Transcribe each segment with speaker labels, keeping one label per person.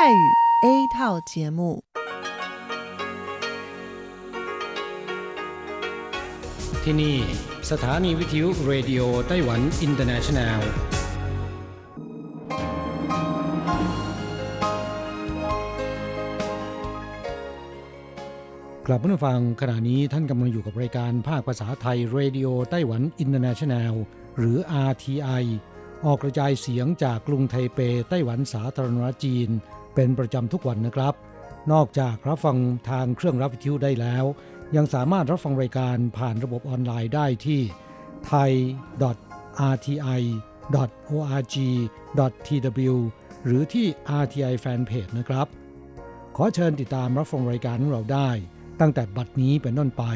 Speaker 1: 语 A 套节目
Speaker 2: ที่นี่สถานีวิทยุเรดิโอไต้หวันอินเตอร์เนชั่นแนลกลับมาฟังขณะนี้ท่านกำลังอยู่กับรายการภาคภาษาไทยเรดิโอไต้หวันอินเตอร์เนชั่นแนลหรือ RTI ออกกระจายเสียงจากกรุงไทเปไต้หวันสาธารณรัฐจีนเป็นประจำทุกวันนะครับนอกจากรับฟังทางเครื่องรับวิทยุได้แล้วยังสามารถรับฟังรายการผ่านระบบออนไลน์ได้ที่ thai.rti.org.tw หรือที่ RTI Fanpage นะครับขอเชิญติดตามรับฟังรายการของเราได้ตั้งแต่บัดนี้เป็นต้นไป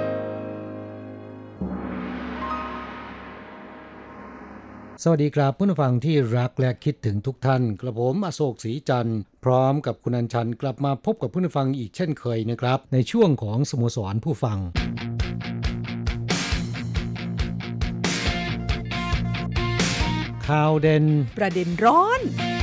Speaker 2: สวัสดีครับผู้ฟังที่รักและคิดถึงทุกท่านกระผมอโศกศรีจันทร์พร้อมกับคุณอัญชันกลับมาพบกับผู้ฟังอีกเช่นเคยนะครับในช่วงของสโมสรผู้ฟังข่าวเด่น
Speaker 1: ประเด็นร้อน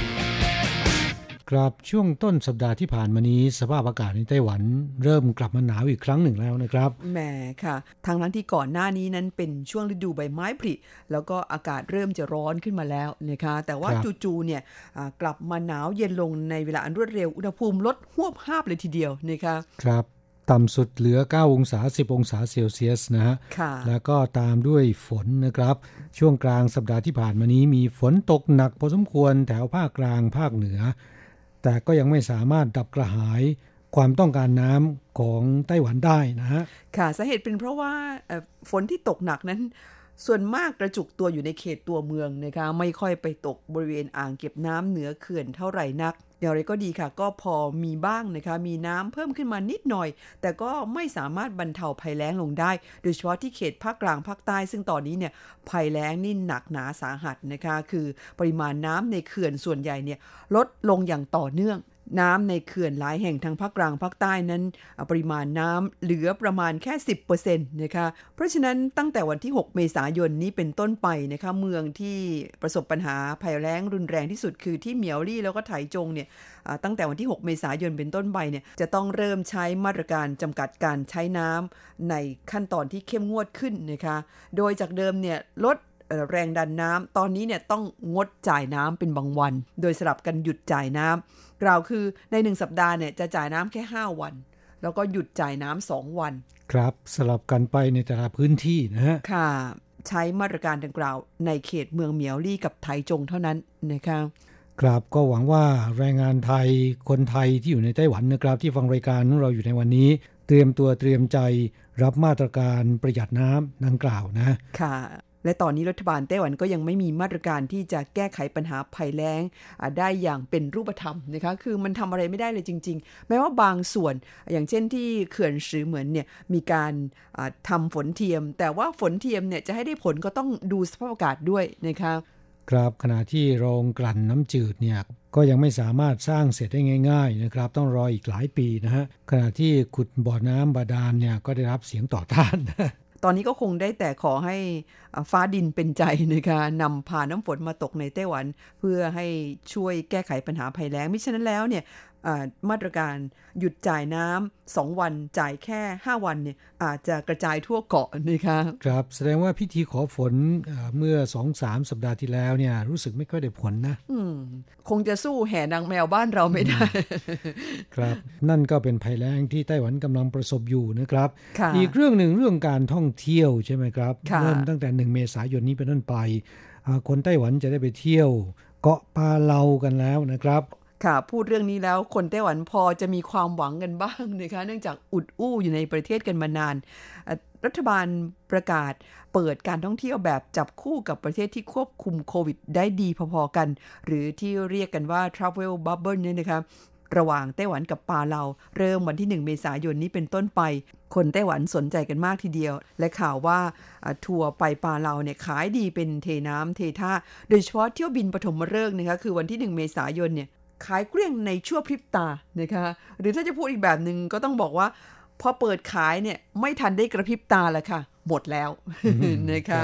Speaker 2: ครับช่วงต้นสัปดาห์ที่ผ่านมานี้สภาพอากาศในไต้หวันเริ่มกลับมาหนาวอีกครั้งหนึ่งแล้วนะครับ
Speaker 1: แหมค่ะทั้งที่ก่อนหน้านี้นั้นเป็นช่วงฤดูใบไม้ผลิแล้วก็อากาศเริ่มจะร้อนขึ้นมาแล้วนะคะแต่ว่าจู่ๆเนี่ยกลับมาหนาวเย็นลงในเวลาอันรวดเร็วอุณหภูมิลดหวบหาบเลยทีเดียวนะคะ
Speaker 2: ครับต่ำสุดเหลือ9องศา10องศาเซลเซียสนะฮะแล้วก็ตามด้วยฝนนะครับช่วงกลางสัปดาห์ที่ผ่านมานี้มีฝนตกหนักพอสมควรแถวภาคกลางภาคเหนือแต่ก็ยังไม่สามารถดับกระหายความต้องการน้ำของไต้หวันได้นะฮะ
Speaker 1: ค่ะสาเหตุเป็นเพราะว่าฝนที่ตกหนักนั้นส่วนมากกระจุกตัวอยู่ในเขตตัวเมืองนะคะไม่ค่อยไปตกบริเวณอ่างเก็บน้ำเหนือเขื่อนเท่าไหร่นักอย่างไรก็ดีค่ะก็พอมีบ้างนะคะมีน้ำเพิ่มขึ้นมานิดหน่อยแต่ก็ไม่สามารถบรรเทาภัยแล้งลงได้โดยเฉพาะที่เขตภาคกลางภาคใต้ซึ่งตอนนี้เนี่ยภัยแล้งนี่หนักหนาสาหัสนะคะคือปริมาณน้ำในเขื่อนส่วนใหญ่เนี่ยลดลงอย่างต่อเนื่องน้ำในเขื่อนหลายแห่งทางภาคกลางภาคใต้นั้นปริมาณน้ำเหลือประมาณแค่ 10% นะคะเพราะฉะนั้นตั้งแต่วันที่6เมษายนนี้เป็นต้นไปนะคะเมืองที่ประสบปัญหาภัยแล้งรุนแรงที่สุดคือที่เหมียวลี่แล้วก็ไถจงเนี่ยตั้งแต่วันที่6เมษายนเป็นต้นไปเนี่ยจะต้องเริ่มใช้มาตรการจำกัดการใช้น้ำในขั้นตอนที่เข้มงวดขึ้นนะคะโดยจากเดิมเนี่ยลดแรงดันน้ำตอนนี้เนี่ยต้องงดจ่ายน้ำเป็นบางวันโดยสลับกันหยุดจ่ายน้ำกล่าวคือใน1สัปดาห์เนี่ยจะจ่ายน้ำแค่5วันแล้วก็หยุดจ่ายน้ำ2วัน
Speaker 2: ครับสลับกันไปในแต่ละพื้นที่นะฮะ
Speaker 1: ค่ะใช้มาตรการดังกล่าวในเขตเมืองเหมียวลี่กับไถจงเท่านั้นนะคะ
Speaker 2: ครับก็หวังว่าแรงงานไทยคนไทยที่อยู่ในไต้หวันนะครับที่ฟังรายการของเราอยู่ในวันนี้เตรียมตัวเตรียมใจรับมาตรการประหยัดน้ำดังกล่าวนะ
Speaker 1: ค่ะและตอนนี้รัฐบาลไต้หวันก็ยังไม่มีมาตรการที่จะแก้ไขปัญหาภัยแล้งได้อย่างเป็นรูปธรรมนะคะคือมันทำอะไรไม่ได้เลยจริงๆแม้ว่าบางส่วนอย่างเช่นที่เขื่อนซือเหมือนเนี่ยมีการทำฝนเทียมแต่ว่าฝนเทียมเนี่ยจะให้ได้ผลก็ต้องดูสภาพอากาศด้วยนะคะ
Speaker 2: ครับขณะที่โรงกลั่นน้ำจืดเนี่ยก็ยังไม่สามารถสร้างเสร็จได้ง่ายๆนะครับต้องรออีกหลายปีนะฮะขณะที่ขุดบ่อน้ำบาดาลเนี่ยก็ได้รับเสียงต่อต้าน
Speaker 1: ตอนนี้ก็คงได้แต่ขอให้ฟ้าดินเป็นใจนะคะนำพาน้ำฝนมาตกในไต้หวันเพื่อให้ช่วยแก้ไขปัญหาภัยแล้งมิฉะนั้นแล้วเนี่ยมาตรการหยุดจ่ายน้ำ2วันจ่ายแค่5วันเนี่ยอาจจะกระจายทั่วเกาะนะคะ
Speaker 2: ครับแสดงว่าพิธีขอฝนเมื่อ 2-3 สัปดาห์ที่แล้วเนี่ยรู้สึกไม่ค่อยได้ผลนะ
Speaker 1: คงจะสู้แห่นางแมวบ้านเราไม่ได้
Speaker 2: ครับนั่นก็เป็นภัยแล้งที่ไต้หวันกำลังประสบอยู่นะครับอีกเรื่องหนึ่งเรื่องการท่องเที่ยวใช่ไหมครับเริ่มตั้งแต่1เมษายนนี้เป็นต้นไปคนไต้หวันจะได้ไปเที่ยวเกาะปาเลากันแล้วนะครับ
Speaker 1: ค่ะพูดเรื่องนี้แล้วคนไต้หวันพอจะมีความหวังกันบ้างนะคะเนื่องจากอุดอู้อยู่ในประเทศกันมานานรัฐบาลประกาศเปิดการท่องเที่ยวแบบจับคู่กับประเทศที่ควบคุมโควิดได้ดีพอๆกันหรือที่เรียกกันว่า Travel Bubble เนี่ยนะคะระหว่างไต้หวันกับปาเลาเริ่มวันที่1เมษายนนี้เป็นต้นไปคนไต้หวันสนใจกันมากทีเดียวและข่าวว่าทัวร์ไปปาเลาเนี่ยขายดีเป็นเทน้ำเทท่าโดยเฉพาะเที่ยวบินปฐมฤกษ์นะคะคือวันที่1เมษายนเนี่ยขายเกลี้ยงในชั่วพริบตานะคะหรือถ้าจะพูดอีกแบบนึงก็ต้องบอกว่าพอเปิดขายเนี่ยไม่ทันได้กระพริบตาแล้วค่ะหมดแล้วนะคะ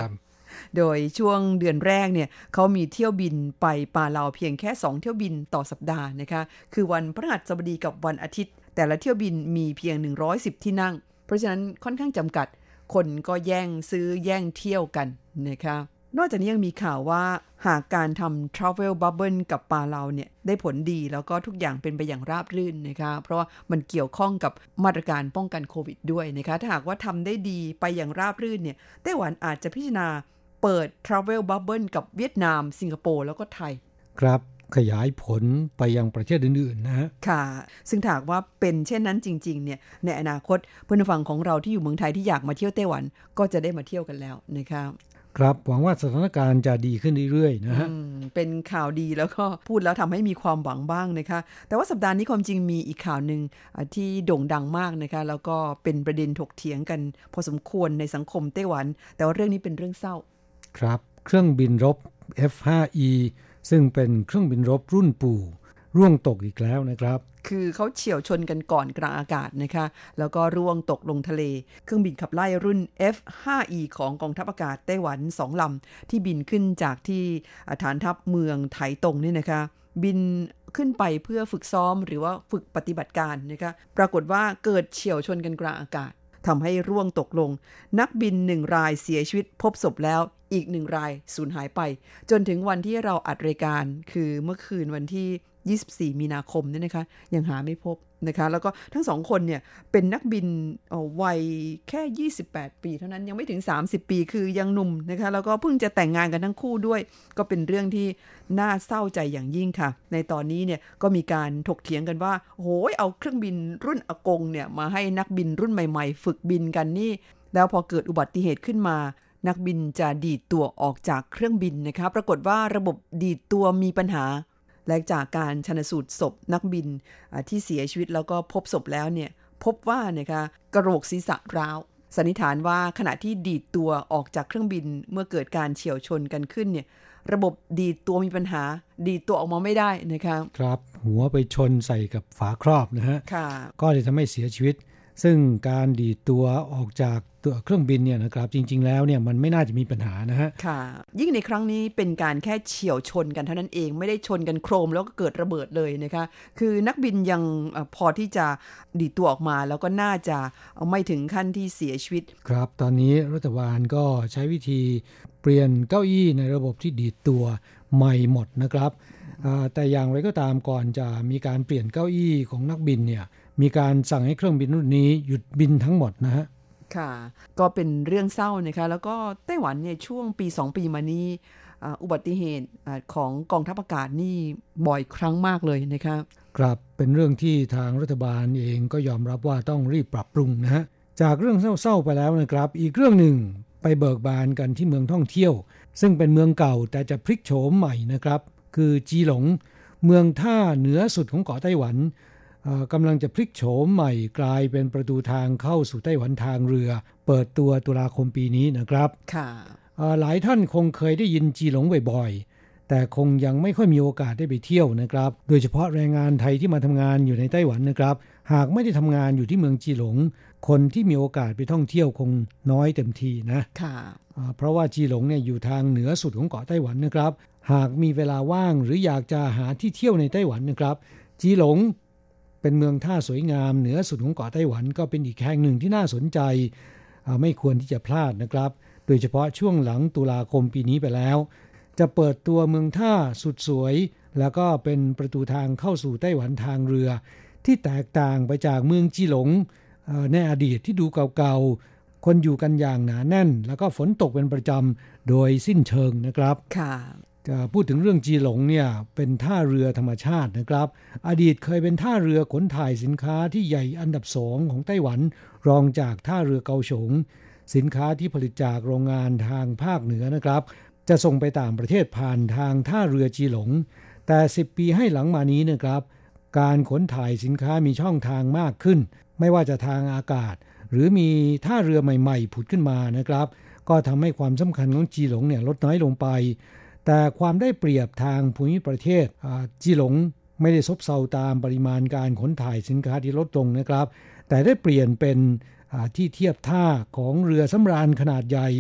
Speaker 1: โดยช่วงเดือนแรกเนี่ยเขามีเที่ยวบินไปปาเลาเพียงแค่2เที่ยวบินต่อสัปดาห์นะคะคือวันพฤหัสบดีกับวันอาทิตย์แต่ละเที่ยวบินมีเพียง110ที่นั่งเพราะฉะนั้นค่อนข้างจำกัดคนก็แย่งซื้อแย่งเที่ยวกันนะคะนอกจากนี้ยังมีข่าวว่าหากการทำ Travel Bubble กับปาเลาเนี่ยได้ผลดีแล้วก็ทุกอย่างเป็นไปอย่างราบรื่นนะคะเพราะว่ามันเกี่ยวข้องกับมาตรการป้องกันโควิดด้วยนะคะถ้าหากว่าทำได้ดีไปอย่างราบรื่นเนี่ยไต้หวันอาจจะพิจารณาเปิด Travel Bubble กับเวียดนามสิงคโปร์แล้วก็ไทย
Speaker 2: ครับขยายผลไปยังประเทศอื่นๆนะฮะ
Speaker 1: ค่ะซึ่งถ้าหากว่าเป็นเช่นนั้นจริงๆเนี่ยในอนาคตเพื่อนฝั่งของเราที่อยู่เมืองไทยที่อยากมาเที่ยวไต้หวันก็จะได้มาเที่ยวกันแล้วนะคะ
Speaker 2: ครับหวังว่าสถานการณ์จะดีขึ้นเรื่อยๆนะฮะ
Speaker 1: เป็นข่าวดีแล้วก็พูดแล้วทำให้มีความหวังบ้างนะคะแต่ว่าสัปดาห์นี้ความจริงมีอีกข่าวนึงที่โด่งดังมากนะคะแล้วก็เป็นประเด็นถกเถียงกันพอสมควรในสังคมไต้หวันแต่ว่าเรื่องนี้เป็นเรื่องเศร้า
Speaker 2: ครับเครื่องบินรบ F5E ซึ่งเป็นเครื่องบินรบรุ่นปู่ร่วงตกอีกแล้วนะครับ
Speaker 1: คือเขาเฉี่ยวชนกันก่อนกลางอากาศนะคะแล้วก็ร่วงตกลงทะเลเครื่องบินขับไล่รุ่น F5E ของกองทัพอากาศไต้หวัน2ลำที่บินขึ้นจากที่ฐานทัพเมืองไถตงนี่นะคะบินขึ้นไปเพื่อฝึกซ้อมหรือว่าฝึกปฏิบัติการนะคะปรากฏว่าเกิดเฉี่ยวชนกันกลางอากาศทำให้ร่วงตกลงนักบิน1รายเสียชีวิตพบศพแล้วอีก1รายสูญหายไปจนถึงวันที่เราอัดรายการคือเมื่อคืนวันที่24มีนาคมเนี่ยนะคะยังหาไม่พบนะคะแล้วก็ทั้ง2คนเนี่ยเป็นนักบินวัยแค่28ปีเท่านั้นยังไม่ถึง30ปีคือยังหนุ่มนะคะแล้วก็เพิ่งจะแต่งงานกันทั้งคู่ด้วยก็เป็นเรื่องที่น่าเศร้าใจอย่างยิ่งค่ะในตอนนี้เนี่ยก็มีการถกเถียงกันว่าโอ้ยเอาเครื่องบินรุ่นอากงเนี่ยมาให้นักบินรุ่นใหม่ๆฝึกบินกันนี่แล้วพอเกิดอุบัติเหตุขึ้นมานักบินจะดีดตัวออกจากเครื่องบินนะคะปรากฏว่าระบบดีดตัวมีปัญหาและจากการชันสูตรศพนักบินที่เสียชีวิตแล้วก็พบศพแล้วเนี่ยพบว่านะคะกระโหลกศีรษะร้าวสันนิษฐานว่าขณะที่ดีดตัวออกจากเครื่องบินเมื่อเกิดการเฉี่ยวชนกันขึ้นเนี่ยระบบดีดตัวมีปัญหาดีดตัวออกมาไม่ได้นะคะ
Speaker 2: ครับหัวไปชนใส่กับฝาครอบนะฮะก็เลยทำให้เสียชีวิตซึ่งการดีดตัวออกจากตัวเครื่องบินเนี่ยนะครับจริงๆแล้วเนี่ยมันไม่น่าจะมีปัญหานะฮะ
Speaker 1: ค่ะยิ่งในครั้งนี้เป็นการแค่เฉี่ยวชนกันเท่านั้นเองไม่ได้ชนกันโครมแล้วก็เกิดระเบิดเลยนะคะคือนักบินยังพอที่จะดีดตัวออกมาแล้วก็น่าจะไม่ถึงขั้นที่เสียชีวิต
Speaker 2: ครับตอนนี้รัฐบาลก็ใช้วิธีเปลี่ยนเก้าอี้ในระบบที่ดีดตัวใหม่หมดนะครับแต่อย่างไรก็ตามก่อนจะมีการเปลี่ยนเก้าอี้ของนักบินเนี่ยมีการสั่งให้เครื่องบินรุ่นนี้หยุดบินทั้งหมดนะฮะ
Speaker 1: ค่ะก็เป็นเรื่องเศร้านะคะแล้วก็ไต้หวันเนี่ยช่วงปี2ปีมานี้อุบัติเหตุของกองทัพอากาศนี่บ่อยครั้งมากเลยนะคะ
Speaker 2: ครับเป็นเรื่องที่ทางรัฐบาลเองก็ยอมรับว่าต้องรีบปรับปรุงนะฮะจากเรื่องเศร้าๆไปแล้วนะครับอีกเรื่องหนึ่งไปเบิกบานกันที่เมืองท่องเที่ยวซึ่งเป็นเมืองเก่าแต่จะพลิกโฉมใหม่นะครับคือจีหลงเมืองท่าเหนือสุดของเกาะไต้หวันกำลังจะพลิกโฉมใหม่กลายเป็นประตูทางเข้าสู่ไต้หวันทางเรือเปิดตัวตุลาคมปีนี้นะครับ
Speaker 1: ค่ะ
Speaker 2: หลายท่านคงเคยได้ยินจีหลงบ่อยๆแต่คงยังไม่ค่อยมีโอกาสได้ไปเที่ยวนะครับโดยเฉพาะแรงงานไทยที่มาทำงานอยู่ในไต้หวันนะครับหากไม่ได้ทำงานอยู่ที่เมืองจีหลงคนที่มีโอกาสไปท่องเที่ยวคงน้อยเต็มทีนะ
Speaker 1: ค่ะ
Speaker 2: เพราะว่าจีหลงเนี่ยอยู่ทางเหนือสุดของเกาะไต้หวันนะครับหากมีเวลาว่างหรืออยากจะหาที่เที่ยวในไต้หวันนะครับจีหลงเป็นเมืองท่าสวยงามเหนือสุดของเกาะไต้หวันก็เป็นอีกแห่งหนึ่งที่น่าสนใจไม่ควรที่จะพลาดนะครับโดยเฉพาะช่วงหลังตุลาคมปีนี้ไปแล้วจะเปิดตัวเมืองท่าสุดสวยแล้วก็เป็นประตูทางเข้าสู่ไต้หวันทางเรือที่แตกต่างไปจากเมืองจีหลงในอดีตที่ดูเก่าๆคนอยู่กันอย่างหนาแน่นแล้วก็ฝนตกเป็นประจำโดยสิ้นเชิงนะครับ
Speaker 1: ค่ะ
Speaker 2: จะพูดถึงเรื่องจีหลงเนี่ยเป็นท่าเรือธรรมชาตินะครับอดีตเคยเป็นท่าเรือขนถ่ายสินค้าที่ใหญ่อันดับ2ของไต้หวันรองจากท่าเรือเกาฉงสินค้าที่ผลิตจากโรงงานทางภาคเหนือนะครับจะส่งไปต่างประเทศผ่านทางท่าเรือจีหลงแต่10ปีให้หลังมานี้นะครับการขนถ่ายสินค้ามีช่องทางมากขึ้นไม่ว่าจะทางอากาศหรือมีท่าเรือใหม่ๆผุดขึ้นมานะครับก็ทำให้ความสำคัญของจีหลงเนี่ยลดน้อยลงไปแต่ความได้เปรียบทางภูมิประเทศจีหลงไม่ได้ซบเซาตามปริมาณการขนถ่ายสินค้าที่ลดลงนะครับแต่ได้เปลี่ยนเป็นที่เทียบท่าของเรือสำราญขนาดใหญ่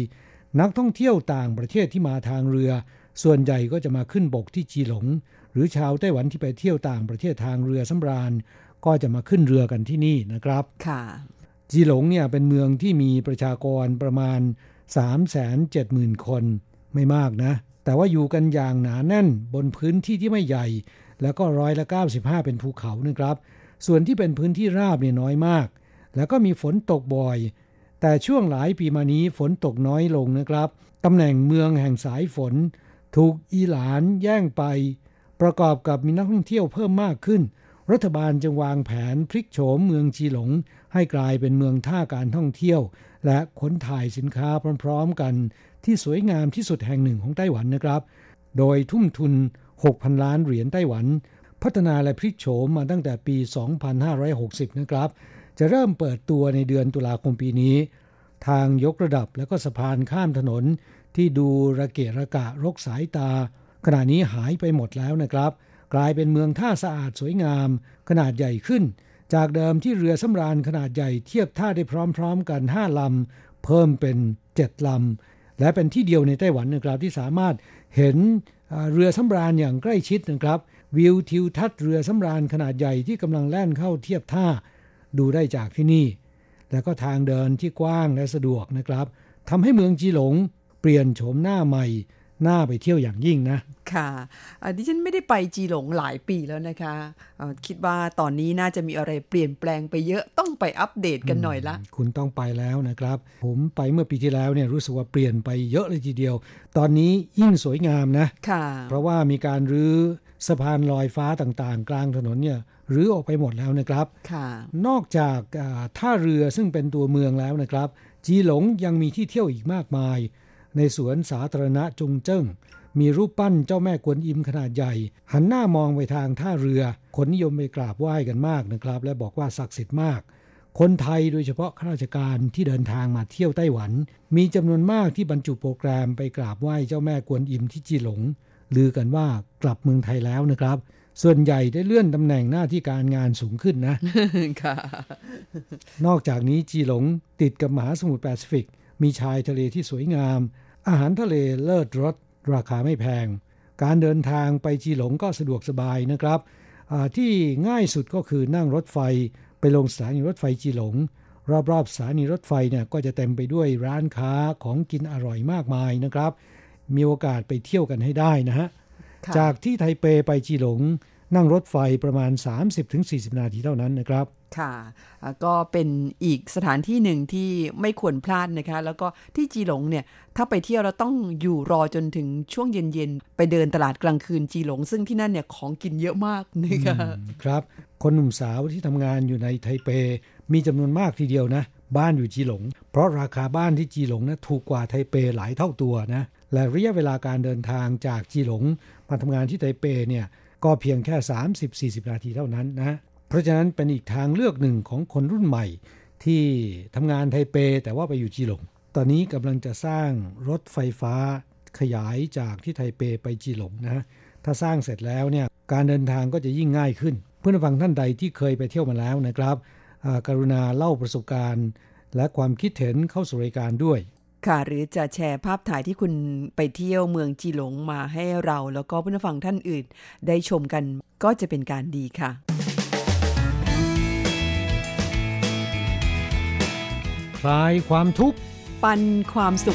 Speaker 2: นักท่องเที่ยวต่างประเทศที่มาทางเรือส่วนใหญ่ก็จะมาขึ้นบกที่จีหลงหรือชาวไต้หวันที่ไปเที่ยวต่างประเทศทางเรือสำราญก็จะมาขึ้นเรือกันที่นี่นะครับ
Speaker 1: ค่ะ
Speaker 2: จีหลงเนี่ยเป็นเมืองที่มีประชากรประมาณ 370,000 คนไม่มากนะแต่ว่าอยู่กันอย่างหนาแน่นบนพื้นที่ที่ไม่ใหญ่แล้วก็95%เป็นภูเขานะครับส่วนที่เป็นพื้นที่ราบเนี่ยน้อยมากแล้วก็มีฝนตกบ่อยแต่ช่วงหลายปีมานี้ฝนตกน้อยลงนะครับตำแหน่งเมืองแห่งสายฝนถูกอิหร่านแย่งไปประกอบกับมีนักท่องเที่ยวเพิ่มมากขึ้นรัฐบาลจึงวางแผนพลิกโฉมเมืองจีหลงให้กลายเป็นเมืองท่าการท่องเที่ยวและขนถ่ายสินค้าพร้อมๆกันที่สวยงามที่สุดแห่งหนึ่งของไต้หวันนะครับโดยทุ่มทุน 6,000 ล้านเหรียญไต้หวันพัฒนาและพลิกโฉมมาตั้งแต่ปี 2560 นะครับจะเริ่มเปิดตัวในเดือนตุลาคมปีนี้ทางยกระดับและก็สะพานข้ามถนนที่ดูระเกะระกะรกสายตาขณะนี้หายไปหมดแล้วนะครับกลายเป็นเมืองท่าสะอาดสวยงามขนาดใหญ่ขึ้นจากเดิมที่เรือสำราญขนาดใหญ่เทียบท่าได้พร้อมๆกัน5ลำเพิ่มเป็น7ลำและเป็นที่เดียวในไต้หวันนะครับที่สามารถเห็นเรือสำราญอย่างใกล้ชิดนะครับวิวทิวทัศน์เรือสำราญขนาดใหญ่ที่กำลังแล่นเข้าเทียบท่าดูได้จากที่นี่แล้วก็ทางเดินที่กว้างและสะดวกนะครับทำให้เมืองจีหลงเปลี่ยนโฉมหน้าใหม่น่าไปเที่ยวอย่างยิ่งนะ
Speaker 1: ค่ะดิฉันไม่ได้ไปจีหลงหลายปีแล้วนะคะคิดว่าตอนนี้น่าจะมีอะไรเปลี่ยนแปลงไปเยอะต้องไปอัปเดตกันหน่อยละ
Speaker 2: คุณต้องไปแล้วนะครับผมไปเมื่อปีที่แล้วเนี่ยรู้สึกว่าเปลี่ยนไปเยอะเลยทีเดียวตอนนี้ยิ่งสวยงามนะ
Speaker 1: ค่ะ
Speaker 2: เพราะว่ามีการรื้อสะพานลอยฟ้าต่างๆกลางถนนเนี่ยรื้อออกไปหมดแล้วนะครับ
Speaker 1: ค่ะ
Speaker 2: นอกจากท่าเรือซึ่งเป็นตัวเมืองแล้วนะครับจีหลงยังมีที่เที่ยวอีกมากมายในสวนสาธารณะจงเจิ้งมีรูปปั้นเจ้าแม่กวนอิมขนาดใหญ่หันหน้ามองไปทางท่าเรือคนนิยมไปกราบไหว้กันมากนะครับและบอกว่าศักดิ์สิทธิ์มากคนไทยโดยเฉพาะข้าราชการที่เดินทางมาเที่ยวไต้หวันมีจำนวนมากที่บรรจุโปรแกรมไปกราบไหว้เจ้าแม่กวนอิมที่จีหลงลือกันว่ากลับเมืองไทยแล้วนะครับส่วนใหญ่ได้เลื่อนตำแหน่งหน้าที่การงานสูงขึ้นนะ
Speaker 1: ค่ะ
Speaker 2: นอกจากนี้จีหลงติดกับมหาสมุทรแปซิฟิกมีชายทะเลที่สวยงามอาหารทะเลเลิศรสราคาไม่แพงการเดินทางไปจีหลงก็สะดวกสบายนะครับที่ง่ายสุดก็คือนั่งรถไฟไปลงสถานีรถไฟจีหลงรอบๆสถานีรถไฟเนี่ยก็จะเต็มไปด้วยร้านค้าของกินอร่อยมากมายนะครับมีโอกาสไปเที่ยวกันให้ได้นะฮะจากที่ไทเปไปจีหลงนั่งรถไฟประมาณ 30-40 นาทีเท่านั้นนะครับ
Speaker 1: ค่ะก็เป็นอีกสถานที่หนึ่งที่ไม่ควรพลาดนะคะแล้วก็ที่จีหลงเนี่ยถ้าไปเที่ยวเราต้องอยู่รอจนถึงช่วงเย็นๆไปเดินตลาดกลางคืนจีหลงซึ่งที่นั่นเนี่ยของกินเยอะมากนะคะ
Speaker 2: ครับคนหนุ่มสาวที่ทำงานอยู่ในไทเปมีจำนวนมากทีเดียวนะบ้านอยู่จีหลงเพราะราคาบ้านที่จีหลงนะถูกกว่าไทเปหลายเท่าตัวนะและระยะเวลาการเดินทางจากจีหลงมาทำงานที่ไทเปเนี่ยก็เพียงแค่ 30-40 นาทีเท่านั้นนะเพราะฉะนั้นเป็นอีกทางเลือกหนึ่งของคนรุ่นใหม่ที่ทำงานไทเปแต่ว่าไปอยู่จีหลงตอนนี้กำลังจะสร้างรถไฟฟ้าขยายจากที่ไทเปไปจีหลงนะถ้าสร้างเสร็จแล้วเนี่ยการเดินทางก็จะยิ่งง่ายขึ้นเพื่อนฟังท่านใดที่เคยไปเที่ยวมาแล้วนะครับกรุณาเล่าประสบการณ์และความคิดเห็นเข้าสู่รายการด้วย
Speaker 1: ค่ะหรือจะแชร์ภาพถ่ายที่คุณไปเที่ยวเมืองจีหลงมาให้เราแล้วก็เพื่อนฟังท่านอื่นได้ชมกันก็จะเป็นการดีค่ะ
Speaker 2: คลายความทุกข์
Speaker 1: ปันความสุข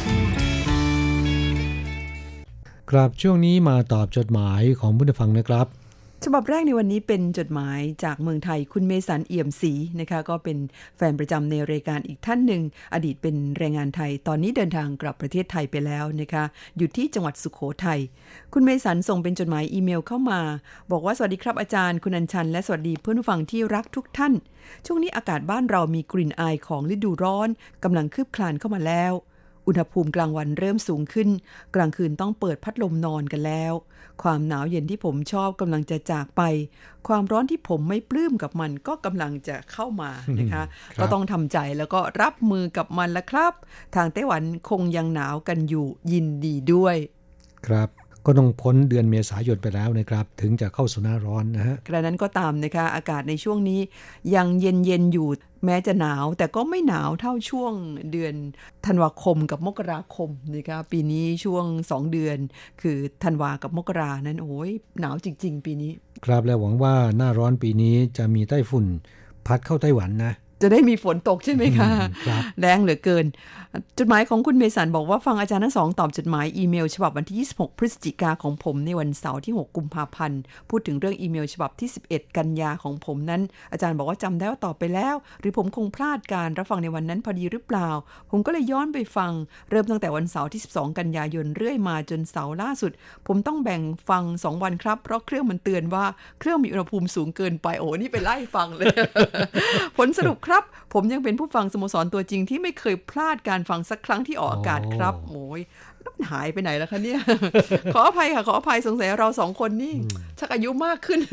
Speaker 2: ครับช่วงนี้มาตอบจดหมายของผู้ฟังนะครับ
Speaker 1: ฉบับแรกในวันนี้เป็นจดหมายจากเมืองไทยคุณเมสันเอี่ยมศรีนะคะก็เป็นแฟนประจำในรายการอีกท่านหนึ่งอดีตเป็นแรงงานไทยตอนนี้เดินทางกลับประเทศไทยไปแล้วนะคะอยู่ที่จังหวัดสุโขทัยคุณเมสันส่งเป็นจดหมายอีเมลเข้ามาบอกว่าสวัสดีครับอาจารย์คุณอัญชันและสวัสดีเพื่อนผู้ฟังที่รักทุกท่านช่วงนี้อากาศบ้านเรามีกลิ่นอายของฤดูร้อนกำลังคืบคลานเข้ามาแล้วอุณหภูมิกลางวันเริ่มสูงขึ้นกลางคืนต้องเปิดพัดลมนอนกันแล้วความหนาวเย็นที่ผมชอบกำลังจะจากไปความร้อนที่ผมไม่ปลื้มกับมันก็กำลังจะเข้ามานะคะก็ต้องทำใจแล้วก็รับมือกับมันละครับทางไต้หวันคงยังหนาวกันอยู่ยินดีด้วย
Speaker 2: ครับก็ต้องพ้นเดือนเมษายนไปแล้วนะครับถึงจะเข้าสู่หน้าร้อนนะฮะ
Speaker 1: กระนั้นก็ตามนะคะอากาศในช่วงนี้ยังเย็นๆอยู่แม้จะหนาวแต่ก็ไม่หนาวเท่าช่วงเดือนธันวาคมกับมกราคมนะคะปีนี้ช่วง2เดือนคือธันวากับมกรานั้นโอ้ยหนาวจริงๆปีนี้
Speaker 2: ครับและหวังว่าหน้าร้อนปีนี้จะมีไต้ฝุ่นพัดเข้าไต้หวันนะ
Speaker 1: จะได้มีฝนตกใช่ไหมคะแรงเหลือเกินจดหมายของคุณเมสันบอกว่าฟังอาจารย์ทั้งสองตอบจดหมายอีเมลฉบับวันที่26พฤศจิกาของผมในวันเสาร์ที่6กุมภาพันธ์พูดถึงเรื่องอีเมลฉบับที่11กันยาของผมนั้นอาจารย์บอกว่าจำได้ว่าตอบไปแล้วหรือผมคงพลาดการรับฟังในวันนั้นพอดีหรือเปล่าผมก็เลยย้อนไปฟังเริ่มตั้งแต่วันเสาร์ที่12กันยายนเรื่อยมาจนเสาร์ล่าสุดผมต้องแบ่งฟัง2วันครับเพราะเครื่องมันเตือนว่าเครื่องมีอุณหภูมิสูงเกินไปโอ้นี่ไปไล่ฟังเลย ผลสรุปครับผมยังเป็นผู้ฟังสโมสรตัวจริงที่ไม่เคยพลาดการฟังสักครั้งที่ออกอากาศครับโอ้ยหายไปไหนแล้วคะเนี่ย ขออภัยค่ะขออภัยสงสัยเรา2คนนี่ชักอายุมากขึ้น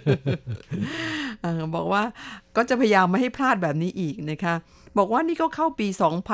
Speaker 1: บอกว่าก็จะพยายามไม่ให้พลาดแบบนี้อีกนะคะบอกว่านี่ก็เข้าปี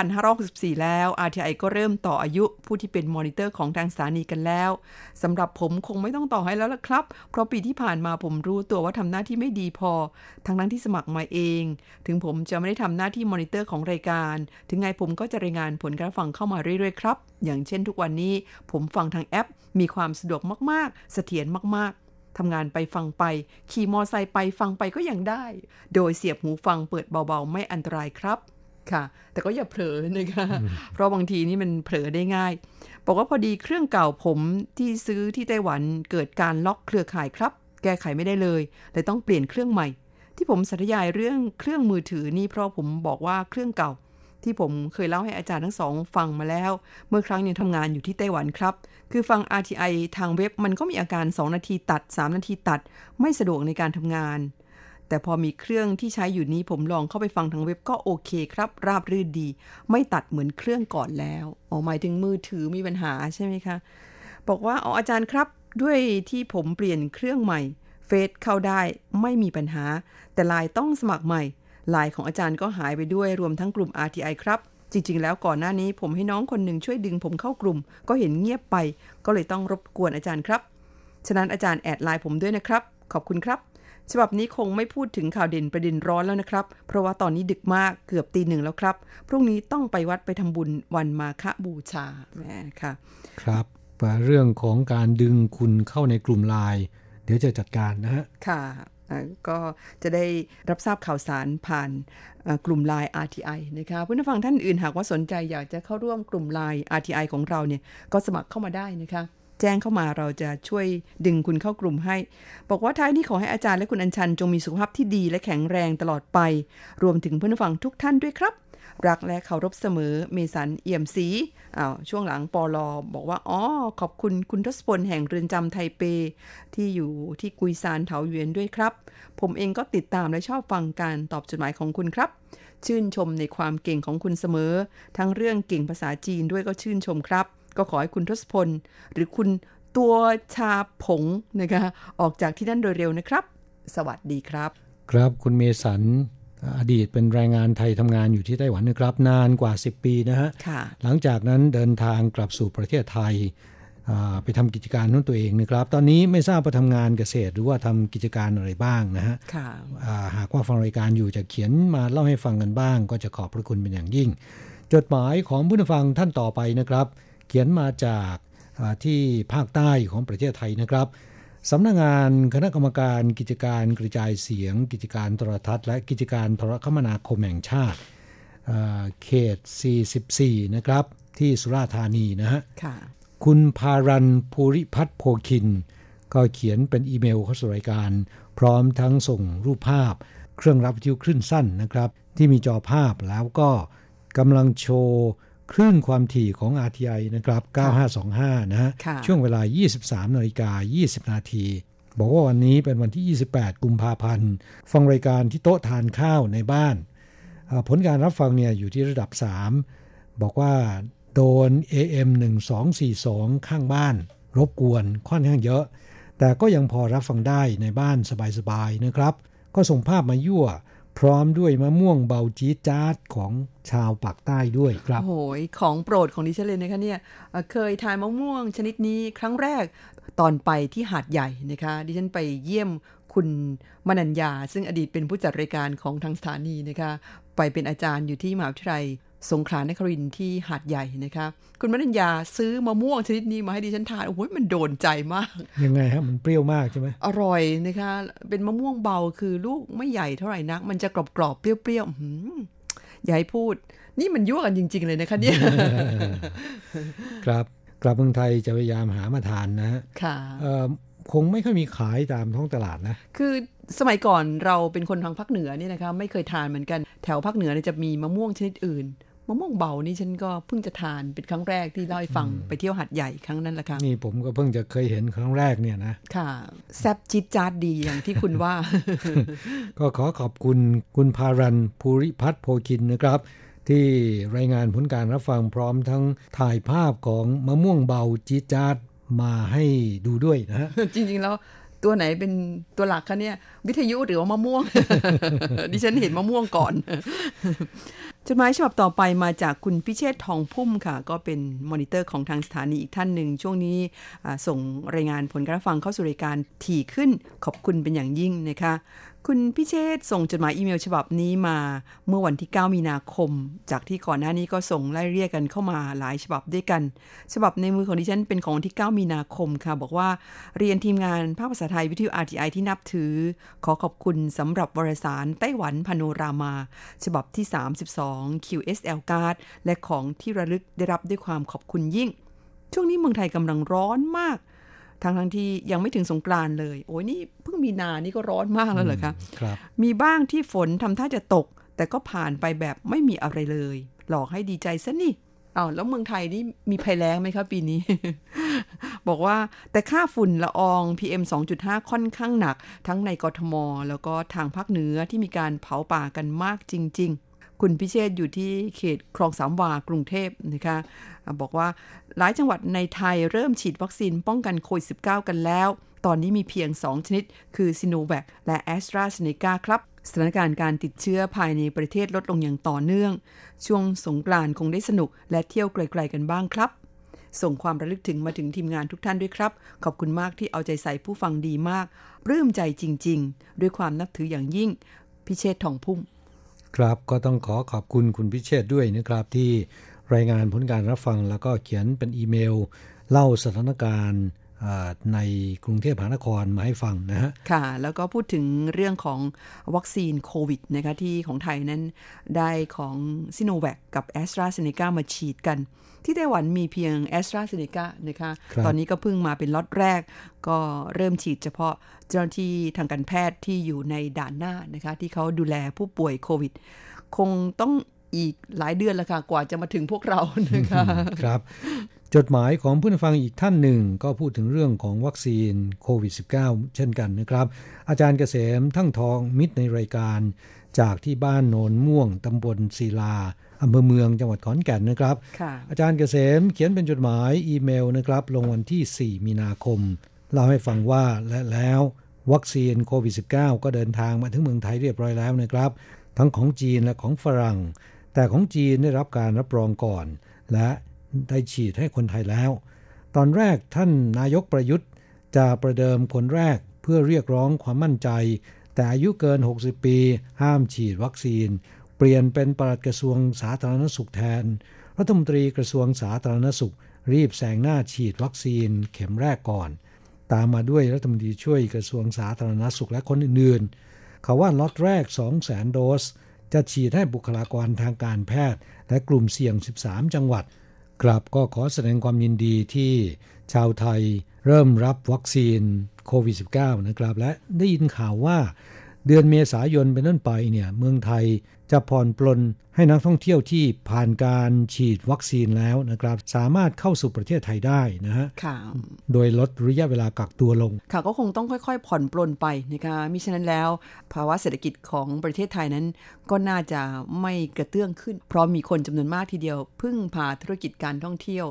Speaker 1: 2564แล้ว RTI ก็เริ่มต่ออายุผู้ที่เป็นมอนิเตอร์ของทางสถานีกันแล้วสำหรับผมคงไม่ต้องต่อให้แล้วล่ะครับเพราะปีที่ผ่านมาผมรู้ตัวว่าทำหน้าที่ไม่ดีพอทั้งนั้นที่สมัครมาเองถึงผมจะไม่ได้ทำหน้าที่มอนิเตอร์ของรายการถึงไงผมก็จะรายงานผลการฟังเข้ามาเรื่อยๆครับอย่างเช่นทุกวันนี้ผมฟังทางแอปมีความสะดวกมากๆเสถียรมากๆทำงานไปฟังไปขี่มอไซค์ไปฟังไปก็ยังได้โดยเสียบหูฟังเปิดเบาๆไม่อันตรายครับค่ะแต่ก็อย่าเผลอนะคะเพราะบางทีนี่มันเผลอได้ง่ายบอกว่าพอดีเครื่องเก่าผมที่ซื้อที่ไต้หวันเกิดการล็อกเครือข่ายครับแก้ไขไม่ได้เลยเลยต้องเปลี่ยนเครื่องใหม่ที่ผมสาธยายเรื่องเครื่องมือถือนี่เพราะผมบอกว่าเครื่องเก่าที่ผมเคยเล่าให้อาจารย์ทั้งสองฟังมาแล้วเมื่อครั้งยังทำงานอยู่ที่ไต้หวันครับคือฟัง RTI ทางเว็บมันก็มีอาการ2นาทีตัด3นาทีตัดไม่สะดวกในการทำงานแต่พอมีเครื่องที่ใช้อยู่นี้ผมลองเข้าไปฟังทางเว็บก็โอเคครับราบรื่นดีไม่ตัดเหมือนเครื่องก่อนแล้วหมายถึงมือถือมีปัญหาใช่ไหมคะบอกว่าอาจารย์ครับด้วยที่ผมเปลี่ยนเครื่องใหม่เฟซเข้าได้ไม่มีปัญหาแต่ไลน์ต้องสมัครใหม่ไลน์ของอาจารย์ก็หายไปด้วยรวมทั้งกลุ่ม RTI ครับจริงๆแล้วก่อนหน้านี้ผมให้น้องคนหนึ่งช่วยดึงผมเข้ากลุ่มก็เห็นเงียบไปก็เลยต้องรบกวนอาจารย์ครับฉะนั้นอาจารย์แอดไลน์ผมด้วยนะครับขอบคุณครับฉบับนี้คงไม่พูดถึงข่าวเด่นประเด็นร้อนแล้วนะครับเพราะว่าตอนนี้ดึกมากเกือบตี 1แล้วครับพรุ่งนี้ต้องไปวัดไปทำบุญวันมาฆบูชาค่ะ
Speaker 2: ครับเรื่องของการดึงคุณเข้าในกลุ่มไลน์เดี๋ยวจะจัดการนะฮะ
Speaker 1: ค่ะก็จะได้รับทราบข่าวสารผ่านกลุ่ม LINE RTI นะคะผู้ฟังท่านอื่นหากว่าสนใจอยากจะเข้าร่วมกลุ่ม LINE RTI ของเราเนี่ยก็สมัครเข้ามาได้นะคะแจ้งเข้ามาเราจะช่วยดึงคุณเข้ากลุ่มให้บอกว่าท้ายนี้ขอให้อาจารย์และคุณอัญชันจงมีสุขภาพที่ดีและแข็งแรงตลอดไปรวมถึงผู้ฟังทุกท่านด้วยครับรักและเคารพเสมอเมสันเอี่ยมศรีช่วงหลังปลบอกว่าขอบคุณคุณทศพลแห่งเรือนจำไทเปที่อยู่ที่กุยซานเถาหยวนด้วยครับผมเองก็ติดตามและชอบฟังการตอบจดหมายของคุณครับชื่นชมในความเก่งของคุณเสมอทั้งเรื่องเก่งภาษาจีนด้วยก็ชื่นชมครับก็ขอให้คุณทศพลหรือคุณตัวชาผงนะคะออกจากที่นั่นโดยเร็วนะครับสวัสดีครับ
Speaker 2: ครับคุณเมสันอดีตเป็นแรงงานไทยทำงานอยู่ที่ไต้หวันนะครับนานกว่า10ปีนะฮะหลังจากนั้นเดินทางกลับสู่ประเทศไทยไปทำกิจการของตัวเองนะครับตอนนี้ไม่ทราบว่าทำงานเกษตรหรือว่าทำกิจการอะไรบ้างนะฮะหากว่าฟังรายการอยู่จะเขียนมาเล่าให้ฟังกันบ้างก็จะขอบพระคุณเป็นอย่างยิ่งจดหมายของผู้ฟังท่านต่อไปนะครับเขียนมาจากที่ภาคใต้ของประเทศไทยนะครับสำนักงานคณะกรรมการกิจการกระจายเสียงกิจการโทรทัศน์และกิจการโทรคมนาคมแห่งชาติเขต44นะครับที่สุราษฎร์ธานีนะฮะคุณพารันภูริพัฒน์โพคินก็เขียนเป็นอีเมลเข้าสู่รายการพร้อมทั้งส่งรูปภาพเครื่องรับวิทยุคลื่นสั้นนะครับที่มีจอภาพแล้วก็กำลังโชว์คลื่นความถี่ของ RTI นะครับ9525นะฮะช่วงเวลา 23:20 นาทีบอกว่าวันนี้เป็นวันที่28กุมภาพันธ์ฟังรายการที่โต๊ะทานข้าวในบ้านผลการรับฟังเนี่ยอยู่ที่ระดับ3บอกว่าโดน AM 1242ข้างบ้านรบกวนค่อนข้างเยอะแต่ก็ยังพอรับฟังได้ในบ้านสบายๆนะครับก็ส่งภาพมายั่วพร้อมด้วยมะม่วงเบาจี๊ดจ๊าดของชาวปากใต้ด้วยครับ
Speaker 1: โอ้โหของโปรดของดิฉันเลยนะคะเนี่ยเคยทานมะม่วงชนิดนี้ครั้งแรกตอนไปที่หาดใหญ่นะคะดิฉันไปเยี่ยมคุณมนัญญาซึ่งอดีตเป็นผู้จัดรายการของทางสถานีนะคะไปเป็นอาจารย์อยู่ที่มหาวิทยาลัยสงขลานครินทร์ที่หาดใหญ่นะคะคุณมนัญญาซื้อมะม่วงชนิดนี้มาให้ดิฉันทานโอ้โหมันโดนใจมาก
Speaker 2: ยังไงฮะมันเปรี้ยวมากใช่ไหม
Speaker 1: อร่อยนะคะเป็นมะม่วงเบาคือลูกไม่ใหญ่เท่าไหร่นักมันจะกรอบๆเปรี้ยวๆอย่าให้พูดนี่มันยั่วกันจริงๆเลยนะคะเนี่ย
Speaker 2: ครับกลับเมืองไทยจะพยายามหามาทานนะ
Speaker 1: ค่ะ
Speaker 2: คงไม่ค่อยมีขายตามท้องตลาดนะ
Speaker 1: คือสมัยก่อนเราเป็นคนทางภาคเหนือเนี่ยนะคะไม่เคยทานเหมือนกันแถวภาคเหนือเนี่ยจะมีมะม่วงชนิดอื่นมะม่วงเบานี่ฉันก็เพิ่งจะทานเป็นครั้งแรกที่เล่าให้ฟังไปเที่ยวหาดใหญ่ครั้งนั้นแหละค่ะ
Speaker 2: นี่ผมก็เพิ่งจะเคยเห็นครั้งแรกเนี่ยนะ
Speaker 1: ค่ะแซ่บจิ๊ดจ๊าดดีอย่างที่คุณว่า
Speaker 2: ก็ขอขอบคุณคุณพารันภูริพัฒน์โพคินนะครับที่รายงานผลการรับฟังพร้อมทั้งถ่ายภาพของมะม่วงเบาจี๊ดจ๊าดมาให้ดูด้วยนะ
Speaker 1: จริงๆแล้วตัวไหนเป็นตัวหลักคะเนี่ยวิทยุหรือว่ามะม่วง ดิฉันเห็นมะม่วงก่อน จดหมายฉบับต่อไปมาจากคุณพิเชษฐ์ทองพุ่มค่ะก็เป็นมอนิเตอร์ของทางสถานีอีกท่านหนึ่งช่วงนี้ส่งรายงานผลการฟังเข้าสู่รายการถี่ขึ้นขอบคุณเป็นอย่างยิ่งนะคะคุณพิเชษฐ์ส่งจดหมายอีเมลฉบับนี้มาเมื่อวันที่9มีนาคมจากที่ก่อนหน้านี้ก็ส่งไล่เรียกกันเข้ามาหลายฉบับด้วยกันฉบับในมือของดิฉันเป็นของวันที่9มีนาคมค่ะบอกว่าเรียนทีมงานภาคภาษาไทยวิทยุ RTI ที่นับถือขอขอบคุณสำหรับวารสารไต้หวันพาโนรามาฉบับที่32 QSL Card และของที่ระลึกได้รับด้วยความขอบคุณยิ่งช่วงนี้เมืองไทยกำลังร้อนมากทั้งที่ยังไม่ถึงสงกรานต์เลยโอ้ยนี่เพิ่งมีนานี่ก็ร้อนมากแล้วเหรอคะ
Speaker 2: ครับ
Speaker 1: มีบ้างที่ฝนทำท่าจะตกแต่ก็ผ่านไปแบบไม่มีอะไรเลยหลอกให้ดีใจซะนี่แล้วเมืองไทยนี่มีภัยแล้งไหมคะปีนี้ บอกว่าแต่ค่าฝุ่นละออง PM 2.5 ค่อนข้างหนักทั้งในกทมแล้วก็ทางภาคเหนือที่มีการเผาป่ากันมากจริงๆคุณพิเชษอยู่ที่เขตคลองสามวากรุงเทพนะคะบอกว่าหลายจังหวัดในไทยเริ่มฉีดวัคซีนป้องกันโควิด -19 กันแล้วตอนนี้มีเพียง2ชนิดคือซิโนแวคและแอสตราเซเนกาครับสถานการณ์การติดเชื้อภายในประเทศลดลงอย่างต่อเนื่องช่วงสงกรานต์คงได้สนุกและเที่ยวไกลๆกันบ้างครับส่งความระลึกถึงมาถึงทีมงานทุกท่านด้วยครับขอบคุณมากที่เอาใจใส่ผู้ฟังดีมากปลื้มใจจริงๆด้วยความนับถืออย่างยิ่งพิเชษฐ์ทองพุ่ม
Speaker 2: ครับก็ต้องขอบคุณคุณพิเชษฐ์ด้วยนะครับที่รายงานผลการรับฟังแล้วก็เขียนเป็นอีเมลเล่าสถานการณ์ในกรุงเทพมหานครมาให้ฟังนะฮะ
Speaker 1: ค่ะแล้วก็พูดถึงเรื่องของวัคซีนโควิดนะคะที่ของไทยนั้นได้ของซิโนแวคกับแอสตราเซเนกามาฉีดกันที่ไต้หวันมีเพียงแอสตราเซเนกานะคะตอนนี้ก็เพิ่งมาเป็นล็อตแรกก็เริ่มฉีดเฉพาะเจ้าหน้าที่ทางการแพทย์ที่อยู่ในด่านหน้านะคะที่เขาดูแลผู้ป่วยโควิดคงต้องอีกหลายเดือนแล้วค่ะกว่าจะมาถึงพวกเรานะคะ
Speaker 2: ครับจดหมายของผู้ฟังอีกท่านหนึ่งก็พูดถึงเรื่องของวัคซีนโควิด -19 เช่นกันนะครับอาจารย์เกษมทั้งทองมิตรในรายการจากที่บ้านโนนม่วงตำบลศิลาอำเภอเมืองจังหวัดขอนแก่นนะครับอาจารย์เกษมเขียนเป็นจดหมายอีเมลนะครับลงวันที่4มีนาคมเล่าให้ฟังว่าและแล้ววัคซีนโควิด -19 ก็เดินทางมาถึงเมืองไทยเรียบร้อยแล้วนะครับทั้งของจีนและของฝรั่งแต่ของจีนได้รับการรับรองก่อนและได้ฉีดให้คนไทยแล้วตอนแรกท่านนายกประยุทธ์จะประเดิมคนแรกเพื่อเรียกร้องความมั่นใจแต่อายุเกิน60ปีห้ามฉีดวัคซีนเปลี่ยนเป็นปลัดกระทรวงสาธารณสุขแทนรัฐมนตรีกระทรวงสาธารณสุขรีบแซงหน้าฉีดวัคซีนเข็มแรกก่อนตามมาด้วยรัฐมนตรีช่วยกระทรวงสาธารณสุขและคนอื่นๆเขาว่าล็อตแรก 200,000 โดสจะฉีดให้บุคลากรทางการแพทย์และกลุ่มเสี่ยง13จังหวัดกลับก็ขอแสดงความยินดีที่ชาวไทยเริ่มรับวัคซีนโควิด -19 นะครับและได้ยินข่าวว่าเดือนเมษายนเป็นต้นไปเนี่ยเมืองไทยจะผ่อนปลนให้นักท่องเที่ยวที่ผ่านการฉีดวัคซีนแล้วนะครับสามารถเข้าสู่ประเทศไทยได้นะฮะโดยลดระยะเวลากักตัวลง
Speaker 1: ค่ะก็คงต้องค่อยๆผ่อนปลนไปนะคะมิฉะนั้นแล้วภาวะเศรษฐกิจของประเทศไทยนั้นก็น่าจะไม่กระเตื้องขึ้นเพราะมีคนจำนวนมากทีเดียวพึ่งพาธุรกิจการท่องเที่ยว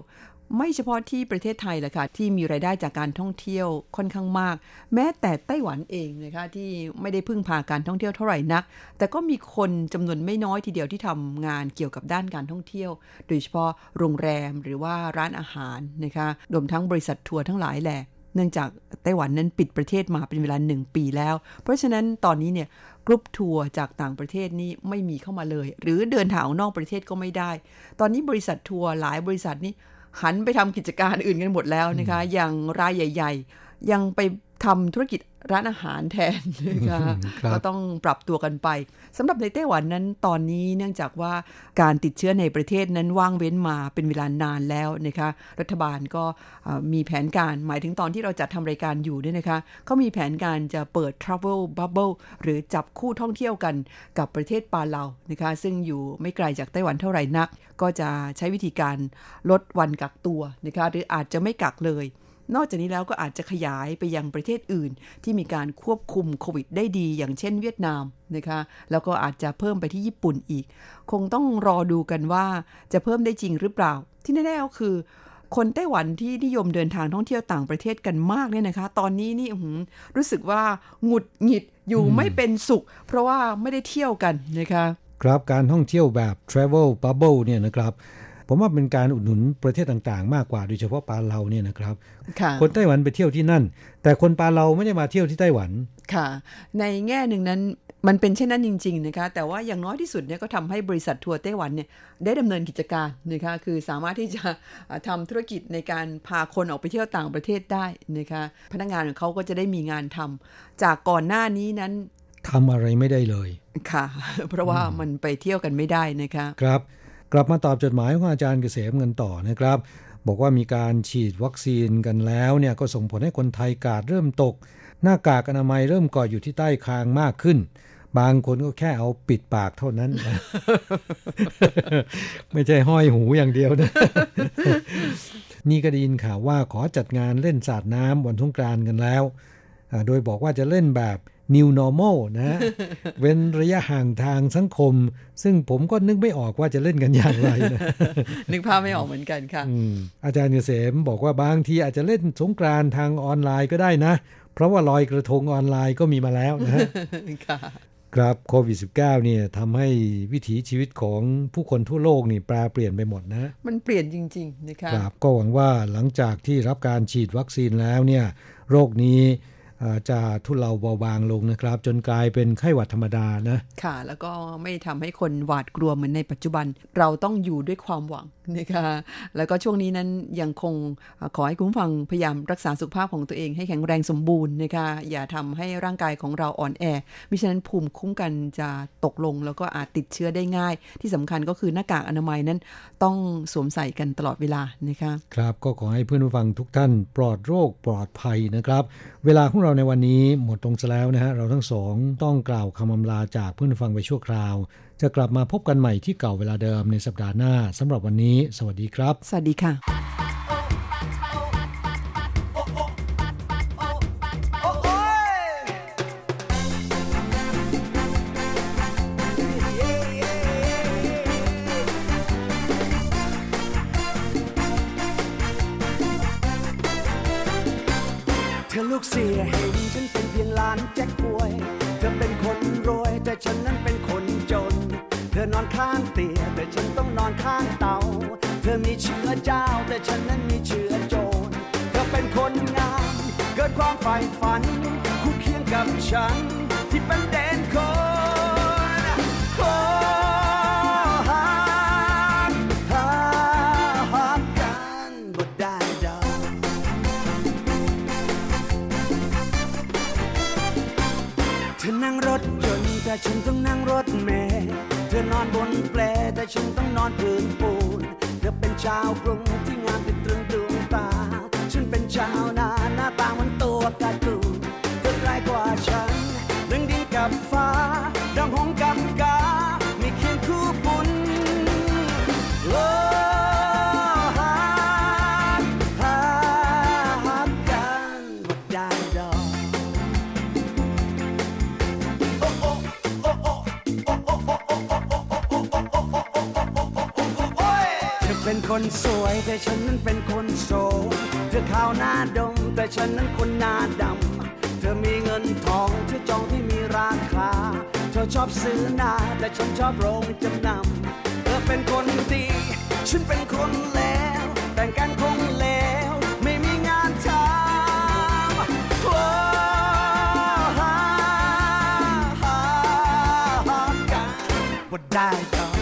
Speaker 1: ไม่เฉพาะที่ประเทศไทยแหละค่ะที่มีรายได้จากการท่องเที่ยวค่อนข้างมากแม้แต่ไต้หวันเองนะคะที่ไม่ได้พึ่งพาการท่องเที่ยวเท่าไหร่นักแต่ก็มีคนจำนวนไม่น้อยทีเดียวที่ทำงานเกี่ยวกับด้านการท่องเที่ยวโดยเฉพาะโรงแรมหรือว่าร้านอาหารนะคะรวมทั้งบริษัททัวร์ทั้งหลายแหละเนื่องจากไต้หวันนั้นปิดประเทศมาเป็นเวลา1 ปีแล้วเพราะฉะนั้นตอนนี้เนี่ยกรุ๊ปทัวร์จากต่างประเทศนี่ไม่มีเข้ามาเลยหรือเดินทางออกนอกประเทศก็ไม่ได้ตอนนี้บริษัททัวร์หลายบริษัทนี่หันไปทำกิจการอื่นกันหมดแล้วนะคะอย่างรายใหญ่ๆยังไปทำธุรกิจร้านอาหารแทนนะคะก็ต้องปรับตัวกันไปสำหรับในไต้หวันนั้นตอนนี้เนื่องจากว่าการติดเชื้อในประเทศนั้นว่างเว้นมาเป็นเวลานานแล้วนะคะรัฐบาลก็มีแผนการหมายถึงตอนที่เราจัดทำรายการอยู่ด้วยนะคะเขามีแผนการจะเปิด Travel Bubble หรือจับคู่ท่องเที่ยวกันกับประเทศปาเลานะคะซึ่งอยู่ไม่ไกลจากไต้หวันเท่าไหร่นักก็จะใช้วิธีการลดวันกักตัวนะคะหรืออาจจะไม่กักเลยนอกจากนี้แล้วก็อาจจะขยายไปยังประเทศอื่นที่มีการควบคุมโควิดได้ดีอย่างเช่นเวียดนามนะคะแล้วก็อาจจะเพิ่มไปที่ญี่ปุ่นอีกคงต้องรอดูกันว่าจะเพิ่มได้จริงหรือเปล่าที่แน่ๆก็คือคนไต้หวันที่นิยมเดินทางท่องเที่ยวต่างประเทศกันมากเนี่ยนะคะตอนนี้นี่รู้สึกว่าหงุดหงิดอยู่ไม่เป็นสุขเพราะว่าไม่ได้เที่ยวกันนะคะ
Speaker 2: ครับการท่องเที่ยวแบบ Travel Bubble เนี่ยนะครับผมว่าเป็นการอุดหนุนประเทศต่างๆมากกว่าโดยเฉพาะปาเลาเนี่ยนะครับคนไต้หวันไปเที่ยวที่นั่นแต่คนปาเลาไม่ได้มาเที่ยวที่ไต้หวัน
Speaker 1: ค่ะในแง่หนึ่งนั้นมันเป็นเช่นนั้นจริงๆนะคะแต่ว่าอย่างน้อยที่สุดเนี่ยก็ทำให้บริษัททัวร์ไต้หวันเนี่ยได้ดำเนินกิจการนะคะคือสามารถที่จะทำธุรกิจในการพาคนออกไปเที่ยวต่างประเทศได้นะคะพนักงานของเขาก็จะได้มีงานทำจากก่อนหน้านี้นั้น
Speaker 2: ทำอะไรไม่ได้เลย
Speaker 1: ค่ะเพราะว่ามันไปเที่ยวกันไม่ได้นะคะ
Speaker 2: ครับกลับมาตอบจดหมายของอาจารย์เกษมกันต่อนะครับบอกว่ามีการฉีดวัคซีนกันแล้วเนี่ยก็ส่งผลให้คนไทยกาดเริ่มตกหน้ากากอนามัยเริ่มเกาะอยู่ที่ใต้คางมากขึ้นบางคนก็แค่เอาปิดปากเท่านั้น ไม่ใช่ห้อยหูอย่างเดียวนะ นี่ก็ได้ยินข่าวว่าขอจัดงานเล่นสาดน้ำวันสงกรานต์กันแล้วโดยบอกว่าจะเล่นแบบ New Normal นะเว้นระยะห่างทางสังคมซึ่งผมก็นึกไม่ออกว่าจะเล่นกันอย่างไรนะ
Speaker 1: นึกภาพไม่ออกเหมือนกันค่ะ
Speaker 2: อาจารย์เกษมบอกว่าบางทีอาจจะเล่นสงกรานต์ทางออนไลน์ก็ได้นะเพราะว่าลอยกระทงออนไลน์ก็มีมาแล้วนะ
Speaker 1: ค่ะ
Speaker 2: ครับโควิด -19 เนี่ยทำให้วิถีชีวิตของผู้คนทั่วโลกนี่แปรเปลี่ยนไปหมดนะ
Speaker 1: มันเปลี่ยนจริงๆนะคะ
Speaker 2: ครับก็หวังว่าหลังจากที่รับการฉีดวัคซีนแล้วเนี่ยโรคนี้จะทุเลาเบาบางลงนะครับจนกลายเป็นไข้หวัดธรรมดานะ
Speaker 1: ค่ะแล้วก็ไม่ทำให้คนหวาดกลัวเหมือนในปัจจุบันเราต้องอยู่ด้วยความหวังนะคะแล้วก็ช่วงนี้นั้นยังคงขอให้คุณผู้ฟังพยายามรักษาสุขภาพของตัวเองให้แข็งแรงสมบูรณ์นะคะอย่าทำให้ร่างกายของเราอ่อนแอมิฉะนั้นภูมิคุ้มกันจะตกลงแล้วก็อาจติดเชื้อได้ง่ายที่สำคัญก็คือหน้ากากอนามัยนั้นต้องสวมใส่กันตลอดเวลานะคะ
Speaker 2: ครับก็ขอให้เพื่อนผู้ฟังทุกท่านปลอดโรคปลอดภัยนะครับเวลาของเราในวันนี้หมดลงซะแล้วนะฮะเราทั้งสองต้องกล่าวคำอำลาจากเพื่อนผู้ฟังไปชั่วคราวจะกลับมาพบกันใหม่ที่เก่าเวลาเดิมในสัปดาห์หน้าสำหรับวันนี้สวัสดีครับ
Speaker 1: สวัสดีค่ะ
Speaker 3: ลูกเสียเห็นฉันเป็นเพียงหลานแจ็คป่วยเธอเป็นคนรวยแต่ฉันนั้นเป็นคนจนเธอนอนข้างเตียงแต่ฉันต้องนอนข้างเตาเธอมีเชื้อเจ้าแต่ฉันนั้นมีเชื้อโจรเธอเป็นคนงามเกินความใฝ่ฝันคู่เคียงกับฉันที่เป็นเด่นคนขอหักกันบ่ได้ดอกเธอนั่งรถยนต์แต่ฉันต้องนั่งรถเมล์เธอนอนบนแปลแต่ฉันต้องนอนพื้นปูนเธอเป็นชาวกรุงที่งามติดตรึงดวงตาฉันเป็นชาวนาหน้าตาเหมือนตัวการ์ตูนเธอไกลกว่าฉันดังดินกับฟ้าดังหงส์กับกามีเคียงคู่บุญหักกันบ่ได้ดอกเป็นคนสวยแต่ฉันนั้นเป็นคนโสดเธอขาวหน้าดำแต่ฉันนั้นคนหน้าดำเธอมีเงินทองเธอจองที่มีราคาเธอชอบซื้อนาแต่ฉันชอบโรงจำนำเธอเป็นคนดีฉันเป็นคนเลวแต่งกันคงเลวไม่มีงานทำบ่ได้ต่อ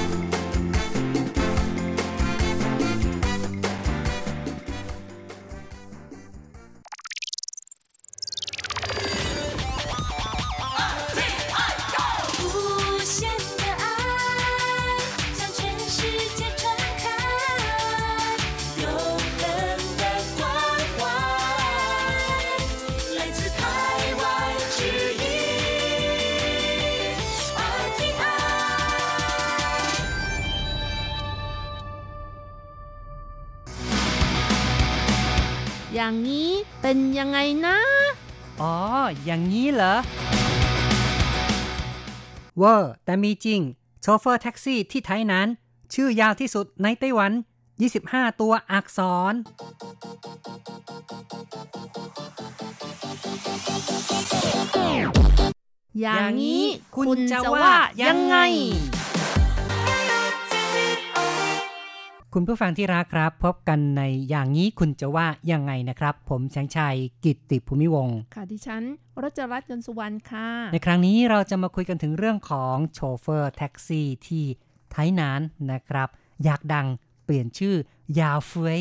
Speaker 4: อย่างนี้เป็นยังไงนะ
Speaker 5: อ๋ออย่างนี้เหรอเวอร์แต่มีจริงโชเฟอร์แท็กซี่ที่ไทยนั้นชื่อยาวที่สุดในไต้หวัน25ตัวอักษร
Speaker 4: อย่างนี้คุณจะว่ายังไง
Speaker 5: คุณผู้ฟังที่รักครับพบกันในอย่างนี้คุณจะว่ายังไงนะครับผมแสงชัยกิตติภูมิวงศ์
Speaker 4: ค่ะดิฉันรัชรัตน์ ยนต์สุวรรณค่ะ
Speaker 5: ในครั้งนี้เราจะมาคุยกันถึงเรื่องของโชเฟอร์แท็กซี่ที่ไทยนานนะครับอยากดังเปลี่ยนชื่อยาวเฟ้ย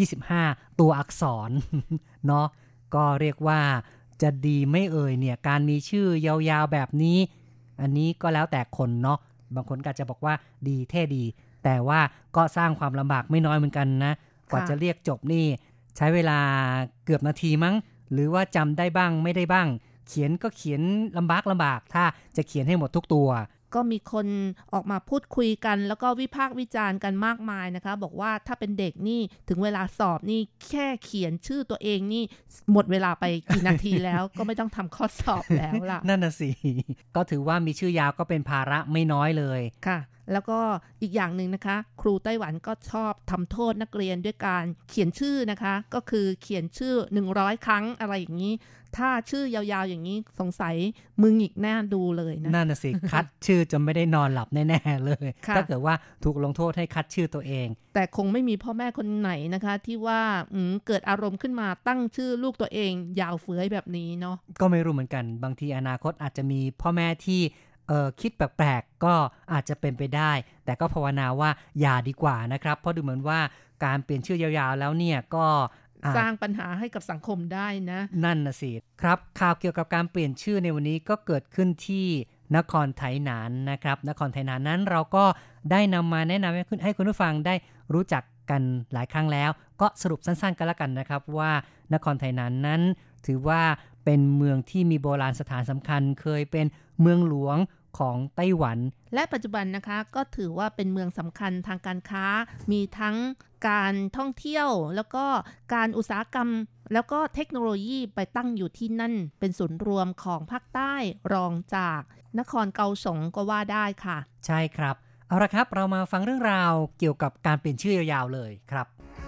Speaker 5: 25ตัวอักษร เนาะก็เรียกว่าจะดีไม่เอ่ยเนี่ยการมีชื่อยาวๆแบบนี้อันนี้ก็แล้วแต่คนเนาะบางคนก็จะบอกว่าดีเท่ดีแต่ว่าก็สร้างความลำบากไม่น้อยเหมือนกันนะกว่าจะเรียกจบนี่ใช้เวลาเกือบนาทีมั้งหรือว่าจำได้บ้างไม่ได้บ้างเขียนก็เขียนลำบากถ้าจะเขียนให้หมดทุกตัว
Speaker 4: ก็มีคนออกมาพูดคุยกันแล้วก็วิพากษ์วิจารณ์กันมากมายนะคะบอกว่าถ้าเป็นเด็กนี่ถึงเวลาสอบนี่แค่เขียนชื่อตัวเองนี่หมดเวลาไปกี่นาทีแล้ว ก็ไม่ต้องทำข้อสอบแล้วล่ะ
Speaker 5: นั่นน่ะสิก็ถือว่ามีชื่อยาวก็เป็นภาระไม่น้อยเลย
Speaker 4: ค่ะแล้วก็อีกอย่างหนึ่งนะคะครูไต้หวันก็ชอบทำโทษนักเรียนด้วยการเขียนชื่อนะคะก็คือเขียนชื่อ100ครั้งอะไรอย่างนี้ถ้าชื่อยาวๆอย่างนี้สงสัยมึงอีกแน่ดูเลยนะ
Speaker 5: นั่นน่ะสิ คัดชื่อจนไม่ได้นอนหลับแน่ๆเลยถ้าเกิดว่าถูกลงโทษให้คัดชื่อตัวเอง
Speaker 4: แต่คงไม่มีพ่อแม่คนไหนนะคะที่ว่าเกิดอารมณ์ขึ้นมาตั้งชื่อลูกตัวเองยาวเฟื้อยแบบนี้เนาะ
Speaker 5: ก็ไม่รู้เหมือนกันบางทีอนาคตอาจจะมีพ่อแม่ที่คิดแปลกๆก็อาจจะเป็นไปได้แต่ก็ภาวนาว่าอย่าดีกว่านะครับเพราะดูเหมือนว่าการเปลี่ยนชื่อยาวๆแล้วเนี่ยก็
Speaker 4: สร้างปัญหาให้กับสังคมได้นะ
Speaker 5: นั่นน่ะสิครับข่าวเกี่ยวกับการเปลี่ยนชื่อในวันนี้ก็เกิดขึ้นที่นครไทยนานนะครับนครไทยนานนั้นเราก็ได้นำมาแนะนำให้คุณผู้ฟังได้รู้จักกันหลายครั้งแล้วก็สรุปสั้นๆกันละกันนะครับว่านครไทยนานนั้นถือว่าเป็นเมืองที่มีโบราณสถานสำคัญเคยเป็นเมืองหลวงของไต้หวัน
Speaker 4: และปัจจุบันนะคะก็ถือว่าเป็นเมืองสำคัญทางการค้ามีทั้งการท่องเที่ยวแล้วก็การอุตสาหกรรมแล้วก็เทคโนโลยีไปตั้งอยู่ที่นั่นเป็นศูนย์รวมของภาคใต้รองจากนครเกาสงก็ว่าได้ค่ะ
Speaker 5: ใช่ครับเอาละครับเรามาฟังเรื่องราวเกี่ยวกับการเปลี่ยนชื่อยาวๆเลยครับ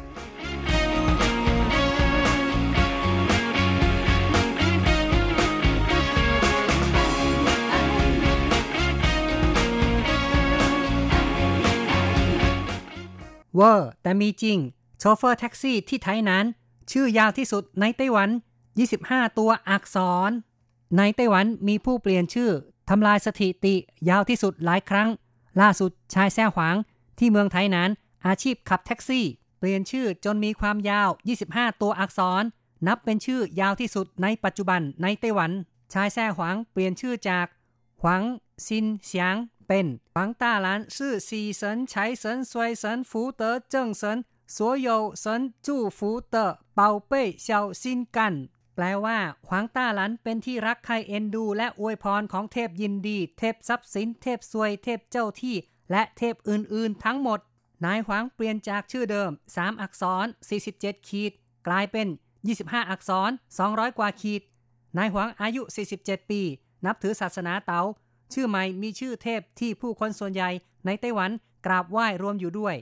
Speaker 5: เวอร์แต่มีจริงโชเฟอร์แท็กซี่ที่ไทยนั้นชื่อยาวที่สุดในไต้หวัน25ตัวอักษรในไต้หวันมีผู้เปลี่ยนชื่อทำลายสถิติยาวที่สุดหลายครั้งล่าสุดชายแซ่หวางที่เมืองไทยนั้นอาชีพขับแท็กซี่เปลี่ยนชื่อจนมีความยาว25ตัวอักษรนับเป็นชื่อยาวที่สุดในปัจจุบันในไต้หวันชายแซ่หวางเปลี่ยนชื่อจากหวังซินเสียงเป็นหวังต้าหลานชื่อสีเซินไฉเซินซวยเซิน福德正神所有神祝福的宝贝小心肝แปลว่าหวังต้าหลานเป็นที่รักใคร่เอ็นดูและอวยพรของเทพยินดีเทพทรัพย์สินเทพซวยเทพเจ้าที่และเทพอื่นๆทั้งหมดนายหวังเปลี่ยนจากชื่อเดิม3อักษร47ขีดกลายเป็น25อักษร200กว่าขีดนายหวังอายุ47ปีนับถือศาสนาเต๋าชื่อใหม่มีชื่อเทพที่ผู้คนส่วนใหญ่ในไต้หวันกราบไหว้รวมอยู่ด้วย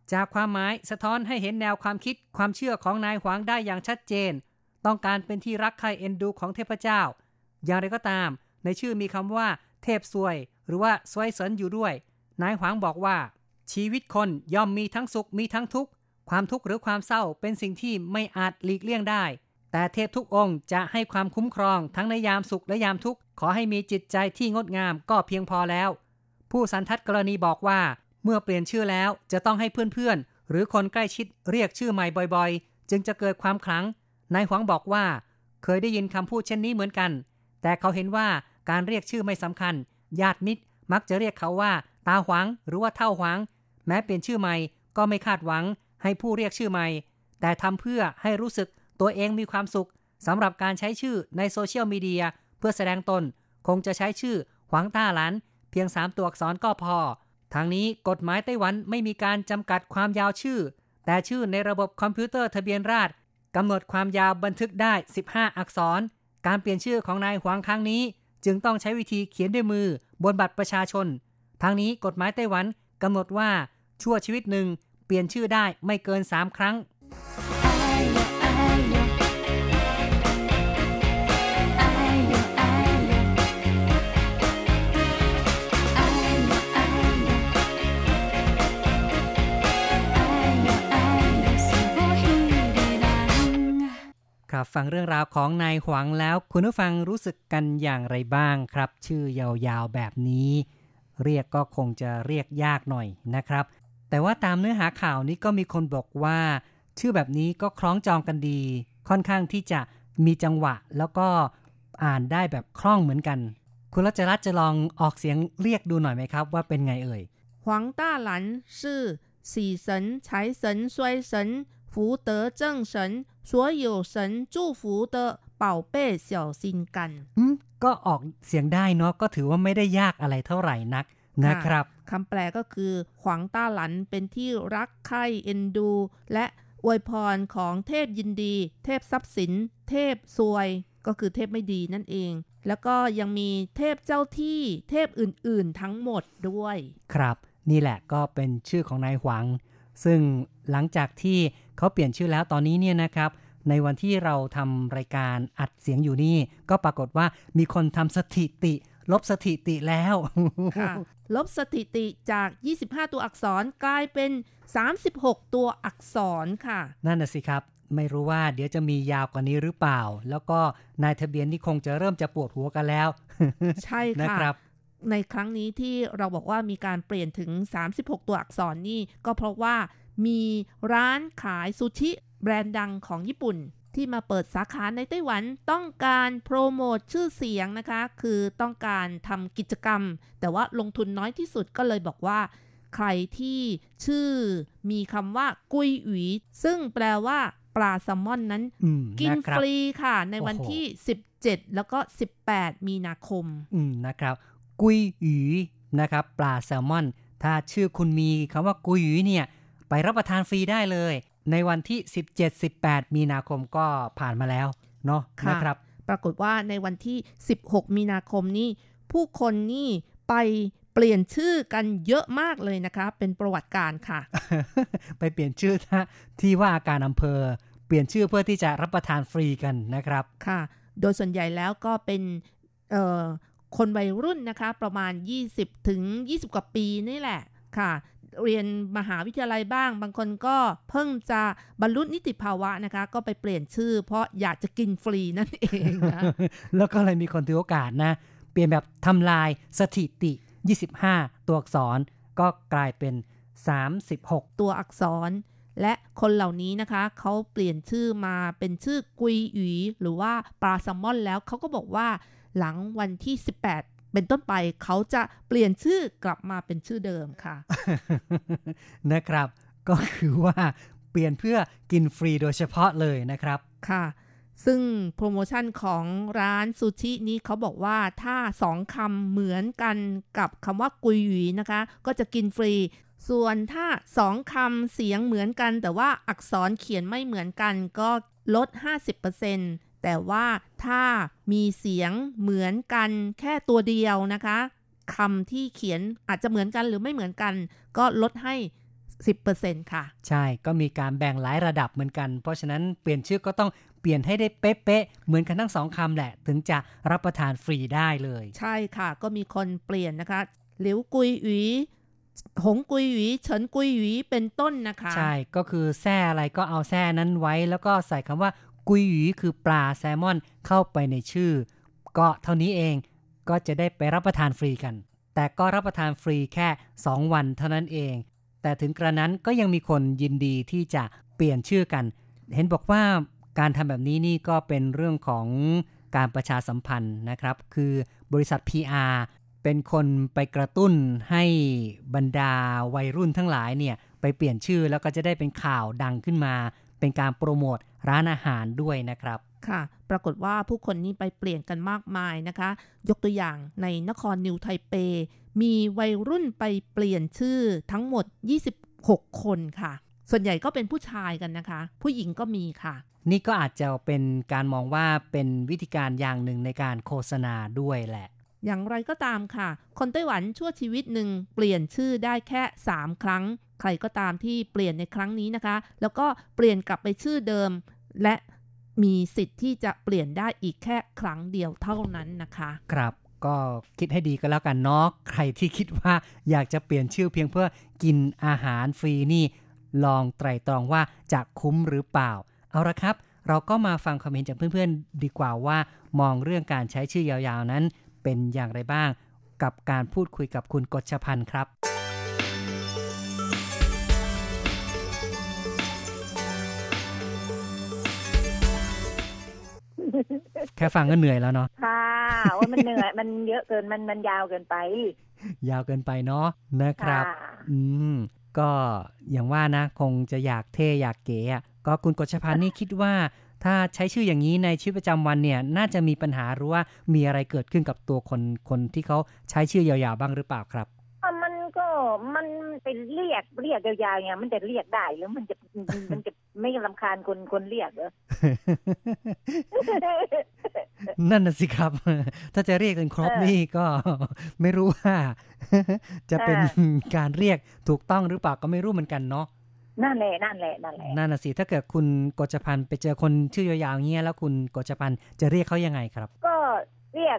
Speaker 5: จากความหมายสะท้อนให้เห็นแนวความคิดความเชื่อของนายหวังได้อย่างชัดเจนต้องการเป็นที่รักใคร่เอ็นดูของเทพเจ้าอย่างไรก็ตามในชื่อมีคำว่าเทพซวยหรือว่าซวยเซินอยู่ด้วยนายหวังบอกว่าชีวิตคนย่อมมีทั้งสุขมีทั้งทุกข์ความทุกข์หรือความเศร้าเป็นสิ่งที่ไม่อาจหลีกเลี่ยงได้แต่เทพทุกองค์จะให้ความคุ้มครองทั้งในยามสุขและยามทุกข์ขอให้มีจิตใจที่งดงามก็เพียงพอแล้วผู้สันทัดกรณีบอกว่าเมื่อเปลี่ยนชื่อแล้วจะต้องให้เพื่อนๆหรือคนใกล้ชิดเรียกชื่อใหม่บ่อยๆจึงจะเกิดความขลังนายหวังบอกว่าเคยได้ยินคำพูดเช่นนี้เหมือนกันแต่เขาเห็นว่าการเรียกชื่อไม่สำคัญญาติมิตรมักจะเรียกเขาว่าตาหวังหรือว่าเท่าหวังแม้เปลี่ยนชื่อใหม่ก็ไม่คาดหวังให้ผู้เรียกชื่อใหม่แต่ทำเพื่อให้รู้สึกตัวเองมีความสุขสำหรับการใช้ชื่อในโซเชียลมีเดียเพื่อแสดงตนคงจะใช้ชื่อหวังต้าหลันเพียง3ตัวอักษรก็พอทางนี้กฎหมายไต้หวันไม่มีการจำกัดความยาวชื่อแต่ชื่อในระบบคอมพิวเตอร์ทะเบียนราษฎร์กำหนดความยาวบันทึกได้15อักษรการเปลี่ยนชื่อของนายหวังครั้งนี้จึงต้องใช้วิธีเขียนด้วยมือบนบัตรประชาชนทางนี้กฎหมายไต้หวันกำหนดว่าชั่วชีวิตหนึ่งเปลี่ยนชื่อได้ไม่เกิน3ครั้งครับฟังเรื่องราวของนายหวังแล้วคุณผู้ฟังรู้สึกกันอย่างไรบ้างครับชื่อยาวๆแบบนี้เรียกก็คงจะเรียกยากหน่อยนะครับแต่ว่าตามเนื้อหาข่าวนี้ก็มีคนบอกว่าชื่อแบบนี้ก็คล้องจองกันดีค่อนข้างที่จะมีจังหวะแล้วก็อ่านได้แบบคล่องเหมือนกันคุณรัชรัตน์จะลองออกเสียงเรียกดูหน่อยไหมครับว่าเป็นไงเอ่ย
Speaker 4: หวังต้าหลันชื่อสี神财神衰神福德正神所有神祝福的宝贝小心肝
Speaker 5: ก็ออกเสียงได้เนาะก็ถือว่าไม่ได้ยากอะไรเท่าไหร่นักนะครับ
Speaker 4: คำแปลก็คือหวังต้าหลันเป็นที่รักใคร่เอ็นดูและอวยพรของเทพยินดีเทพทรัพย์สินเทพซวยก็คือเทพไม่ดีนั่นเองแล้วก็ยังมีเทพเจ้าที่เทพอื่นๆทั้งหมดด้วย
Speaker 5: ครับนี่แหละก็เป็นชื่อของนายหวังซึ่งหลังจากที่เขาเปลี่ยนชื่อแล้วตอนนี้เนี่ยนะครับในวันที่เราทำรายการอัดเสียงอยู่นี่ก็ปรากฏว่ามีคนทำสถิติลบสถิติแล้ว
Speaker 4: ค่ะลบสถิติจาก25ตัวอักษรกลายเป็น36ตัวอักษรค่ะ
Speaker 5: นั่นน่ะสิครับไม่รู้ว่าเดี๋ยวจะมียาวกว่านี้หรือเปล่าแล้วก็นายทะเบียนนี่คงจะเริ่มจะปวดหัวกันแล้ว
Speaker 4: ใช่ค่ะนะครับในครั้งนี้ที่เราบอกว่ามีการเปลี่ยนถึง36ตัวอักษรนี่ก็เพราะว่ามีร้านขายซูชิแบรนด์ดังของญี่ปุ่นที่มาเปิดสาขาในไต้หวันต้องการโปรโมทชื่อเสียงนะคะคือต้องการทำกิจกรรมแต่ว่าลงทุนน้อยที่สุดก็เลยบอกว่าใครที่ชื่อมีคำว่ากุยหวีซึ่งแปลว่าปลาแซลมอนนั้นกินฟรีค่ะในวันที่17แล้วก็18มีนาคม
Speaker 5: นะครับกุยหวีนะครับปลาแซลมอนถ้าชื่อคุณมีคำว่ากุยหวีเนี่ยไปรับประทานฟรีได้เลยในวันที่17-18มีนาคมก็ผ่านมาแล้วเนาะนะครับ
Speaker 4: ปรากฏว่าในวันที่16มีนาคมนี้ผู้คนนี่ไปเปลี่ยนชื่อกันเยอะมากเลยนะคะเป็นประวัติการค่ะ
Speaker 5: ไปเปลี่ยนชื่อที่ว่าการอำเภอเปลี่ยนชื่อเพื่อที่จะรับประทานฟรีกันนะครับ
Speaker 4: ค่ะโดยส่วนใหญ่แล้วก็เป็นคนวัยรุ่นนะคะประมาณ20 กว่าปีนี่แหละค่ะเรียนมหาวิทยาลัยบ้างบางคนก็เพิ่งจะบรรลุนิติภาวะนะคะก็ไปเปลี่ยนชื่อเพราะอยากจะกินฟรีนั่นเองนะ
Speaker 5: แล้วก็เลยมีคนถือโอกาสนะเปลี่ยนแบบทำลายสถิติ25ตัวอักษรก็กลายเป็น36
Speaker 4: ตัวอักษรและคนเหล่านี้นะคะเขาเปลี่ยนชื่อมาเป็นชื่อกุยหวีหรือว่าปลาแซลมอนแล้วเขาก็บอกว่าหลังวันที่18เป็นต้นไปเขาจะเปลี่ยนชื่อกลับมาเป็นชื่อเดิมค่ะ
Speaker 5: นะครับก็คือว่าเปลี่ยนเพื่อกินฟรีโดยเฉพาะเลยนะครับ
Speaker 4: ค่ะซึ่งโปรโมชั่นของร้านซูชินี้เขาบอกว่าถ้า2คำเหมือนกันกับคำว่ากุยหวีนะคะก็จะกินฟรีส่วนถ้า2คำเสียงเหมือนกันแต่ว่าอักษรเขียนไม่เหมือนกันก็ลด 50%แต่ว่าถ้ามีเสียงเหมือนกันแค่ตัวเดียวนะคะคำที่เขียนอาจจะเหมือนกันหรือไม่เหมือนกันก็ลดให้ 10% ค่ะ
Speaker 5: ใช่ก็มีการแบ่งหลายระดับเหมือนกันเพราะฉะนั้นเปลี่ยนชื่อก็ต้องเปลี่ยนให้ได้เป๊ะๆเหมือนกันทั้ง2คำแหละถึงจะรับประทานฟรีได้เลย
Speaker 4: ใช่ค่ะก็มีคนเปลี่ยนนะคะหลิวกุยหวีหงกุยหวีเฉินกุยหวีเป็นต้นนะคะ
Speaker 5: ใช่ก็คือแซ่อะไรก็เอาแซ่นั้นไว้แล้วก็ใส่คำว่ากุยหวีคือปลาแซลมอนเข้าไปในชื่อก็เท่านี้เองก็จะได้ไปรับประทานฟรีกันแต่ก็รับประทานฟรีแค่2วันเท่านั้นเองแต่ถึงกระนั้นก็ยังมีคนยินดีที่จะเปลี่ยนชื่อกันเห็นบอกว่าการทำแบบนี้นี่ก็เป็นเรื่องของการประชาสัมพันธ์นะครับคือบริษัท PR เป็นคนไปกระตุ้นให้บรรดาวัยรุ่นทั้งหลายเนี่ยไปเปลี่ยนชื่อแล้วก็จะได้เป็นข่าวดังขึ้นมาเป็นการโปรโมทร้านอาหารด้วยนะครับ
Speaker 4: ค่ะปรากฏว่าผู้คนนี้ไปเปลี่ยนกันมากมายนะคะยกตัวอย่างในนครนิวไทเปมีวัยรุ่นไปเปลี่ยนชื่อทั้งหมด26คนค่ะส่วนใหญ่ก็เป็นผู้ชายกันนะคะผู้หญิงก็มีค่ะ
Speaker 5: นี่ก็อาจจะเป็นการมองว่าเป็นวิธีการอย่างหนึ่งในการโฆษณาด้วยแหละ
Speaker 4: อย่างไรก็ตามค่ะคนไต้หวันชั่วชีวิตหนึ่งเปลี่ยนชื่อได้แค่3ครั้งใครก็ตามที่เปลี่ยนในครั้งนี้นะคะแล้วก็เปลี่ยนกลับไปชื่อเดิมและมีสิทธิ์ที่จะเปลี่ยนได้อีกแค่ครั้งเดียวเท่านั้นนะคะ
Speaker 5: ครับก็คิดให้ดีก็แล้วกันเนาะใครที่คิดว่าอยากจะเปลี่ยนชื่อเพียงเพื่อกินอาหารฟรีนี่ลองไตร่ตรองว่าจะคุ้มหรือเปล่าเอาละครับเราก็มาฟังความเห็นจากเพื่อนๆดีกว่าว่ามองเรื่องการใช้ชื่อยาวๆนั้นเป็นอย่างไรบ้างกับการพูดคุยกับคุณกฤษพันธ์ครับแค่ฟังก็เหนื่อยแล้วเนาะ
Speaker 6: ค่ะว่ามันเหนื่อยมันเยอะเกินมันยาวเกินไป
Speaker 5: ยาวเกินไปเนาะนะครับก็อย่างว่านะคงจะอยากเท่อยากเก๋อ่ะก็คุณกฤษพันธ์นี่คิดว่าถ้าใช้ชื่ออย่างนี้ในชีวิตประจำวันเนี่ยน่าจะมีปัญหาหรือว่ามีอะไรเกิดขึ้นกับตัวคนที่เขาใช้ชื่อยาวๆบ้างหรือเปล่าครับ
Speaker 6: มันเป็นเรียกยาวๆเนี่ยมันจะเรียกได้หรือมันจะไม่รำคาญคนเรียกเหรอ
Speaker 5: นั่นน่ะสิครับถ้าจะเรียกกันครบนี่ก็ไม่รู้ว่าจะเป็นการเรียกถูกต้องหรือเปล่าก็ไม่รู้เหมือนกันเนาะ
Speaker 6: นั่นแหละนั่น
Speaker 5: น่ะสิถ้าเกิดคุณกฤษพันธ์ไปเจอคนชื่อยาวๆเงี้ยแล้วคุณกฤษพันธ์จะเรียกเขายังไงครับ
Speaker 6: ก็เรียก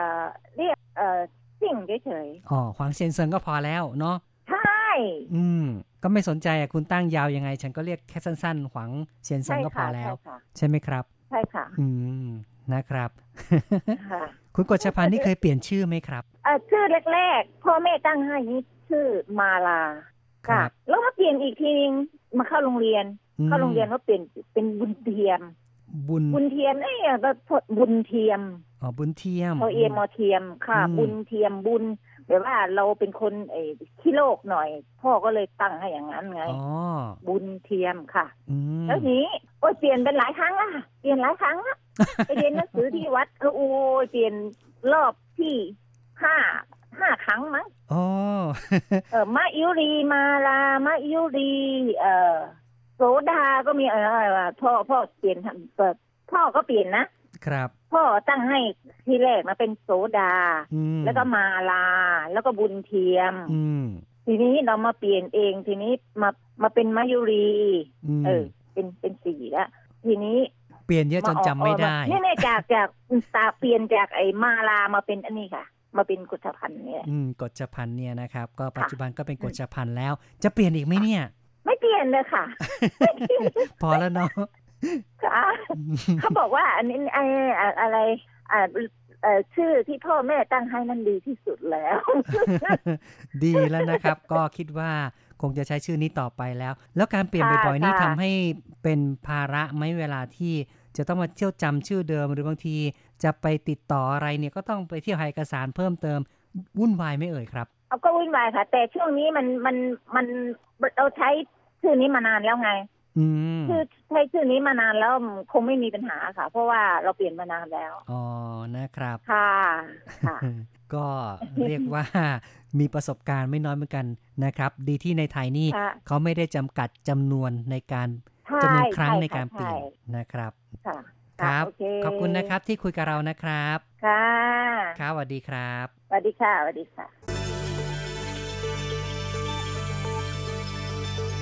Speaker 6: สิ่งเฉย
Speaker 5: ๆอ๋อหวังเซียนเซิงก็พอแล้วเนาะ
Speaker 6: ใช่
Speaker 5: ก็ไม่สนใจอ่ะคุณตั้งยาวยังไงฉันก็เรียกแค่สั้นๆหวังเซียนเซิงก็พอแล้วใช่ไหมครับ
Speaker 6: ใช่ค่ะ
Speaker 5: นะครับคุณกฤษพันธ์นี่เคยเปลี่ยนชื่อไหมครับ
Speaker 6: ชื่อแรกๆพ่อแม่ตั้งให้ชื่อมาลาค่ะแล้วมาเปลี่ยนอีกทีนึงมาเข้าโรงเรียนก็เปลี่ยนเป็นบุญเทียมแบบบุญเทียม
Speaker 5: บุญเทียม
Speaker 6: พอเอมอเทียมค่ะบุญเทียมบุญแบบว่าเราเป็นคนขี้โลกหน่อยพ่อก็เลยตั้งให้อย่างนั้นไงบุญเทียมค่ะแล้วนี้เปลี่ยนเป็นหลายครั้งไปเรียนหนังสือที่วัดเปลี่ยนรอบที่5ครั้งมั้งมาอิวรีมาลามะอิวรีโสดาก็มีพ่อเปลี่ยนพ่อก็เปลี่ยนนะครับพ่อตั้งให้ทีแรกมาเป็นโสดาแล้วก็มาลาแล้วก็บุญเทียมทีนี้เรามาเปลี่ยนเองทีนี้มาเป็นมะยุรีเป็น4แล้วทีนี้
Speaker 5: เปลี่ยนเยอะจนจำไม่ได้
Speaker 6: เนี่ยจากตาเปลี่ยนจากไอ้มาลามาเป็นอันนี้ค่ะมาเป็นกฤษพันธ์เนี่ย
Speaker 5: กฤษพันธ์เนี่ยนะครับก็ปัจจุบันก็เป็นกฤษพันธ์แล้วจะเปลี่ยนอีกไหมเนี่ย
Speaker 6: ไม่เปลี่ยนเลยค่ะ
Speaker 5: พอแล้วเนาะ
Speaker 6: ค่ะเขาบอกว่าอันนี้อะไรชื่อที่พ่อแม่ตั้งให้นั่นดีที่สุดแล้ว
Speaker 5: ดีแล้วนะครับก็คิดว่าคงจะใช้ชื่อนี้ต่อไปแล้วการเปลี่ยนบ่อยๆนี่ทำให้เป็นภาระไหมเวลาที่จะต้องมาเที่ยวจำชื่อเดิมหรือบางทีจะไปติดต่ออะไรเนี่ยก็ต้องไปเที่ยวหาเอกสารเพิ่มเติมวุ่นวายไม่เอ่ยครับ
Speaker 6: ก็วุ่นวายค่ะแต่ช่วงนี้มันเราใช้ชื่อนี้มานานแล้วไงคือใช้ชื่อนี้มานานแล้วคงไม่มีปัญหาค่ะเพราะว่าเราเปลี่ยนมานานแล้ว
Speaker 5: นะครับ
Speaker 6: ค่ะ
Speaker 5: ก็เรียกว่ามีประสบการณ์ไม่น้อยเหมือนกันนะครับดีที่ในไทยนี่เขาไม่ได้จำกัดจำนวนในการจำนวนครั้งในการเปลี่ยนนะครับครับขอบคุณนะครับที่คุยกับเรานะครับ
Speaker 6: ค่ะ
Speaker 5: ครับสวัสดีครับ
Speaker 6: สวัสดีค่ะ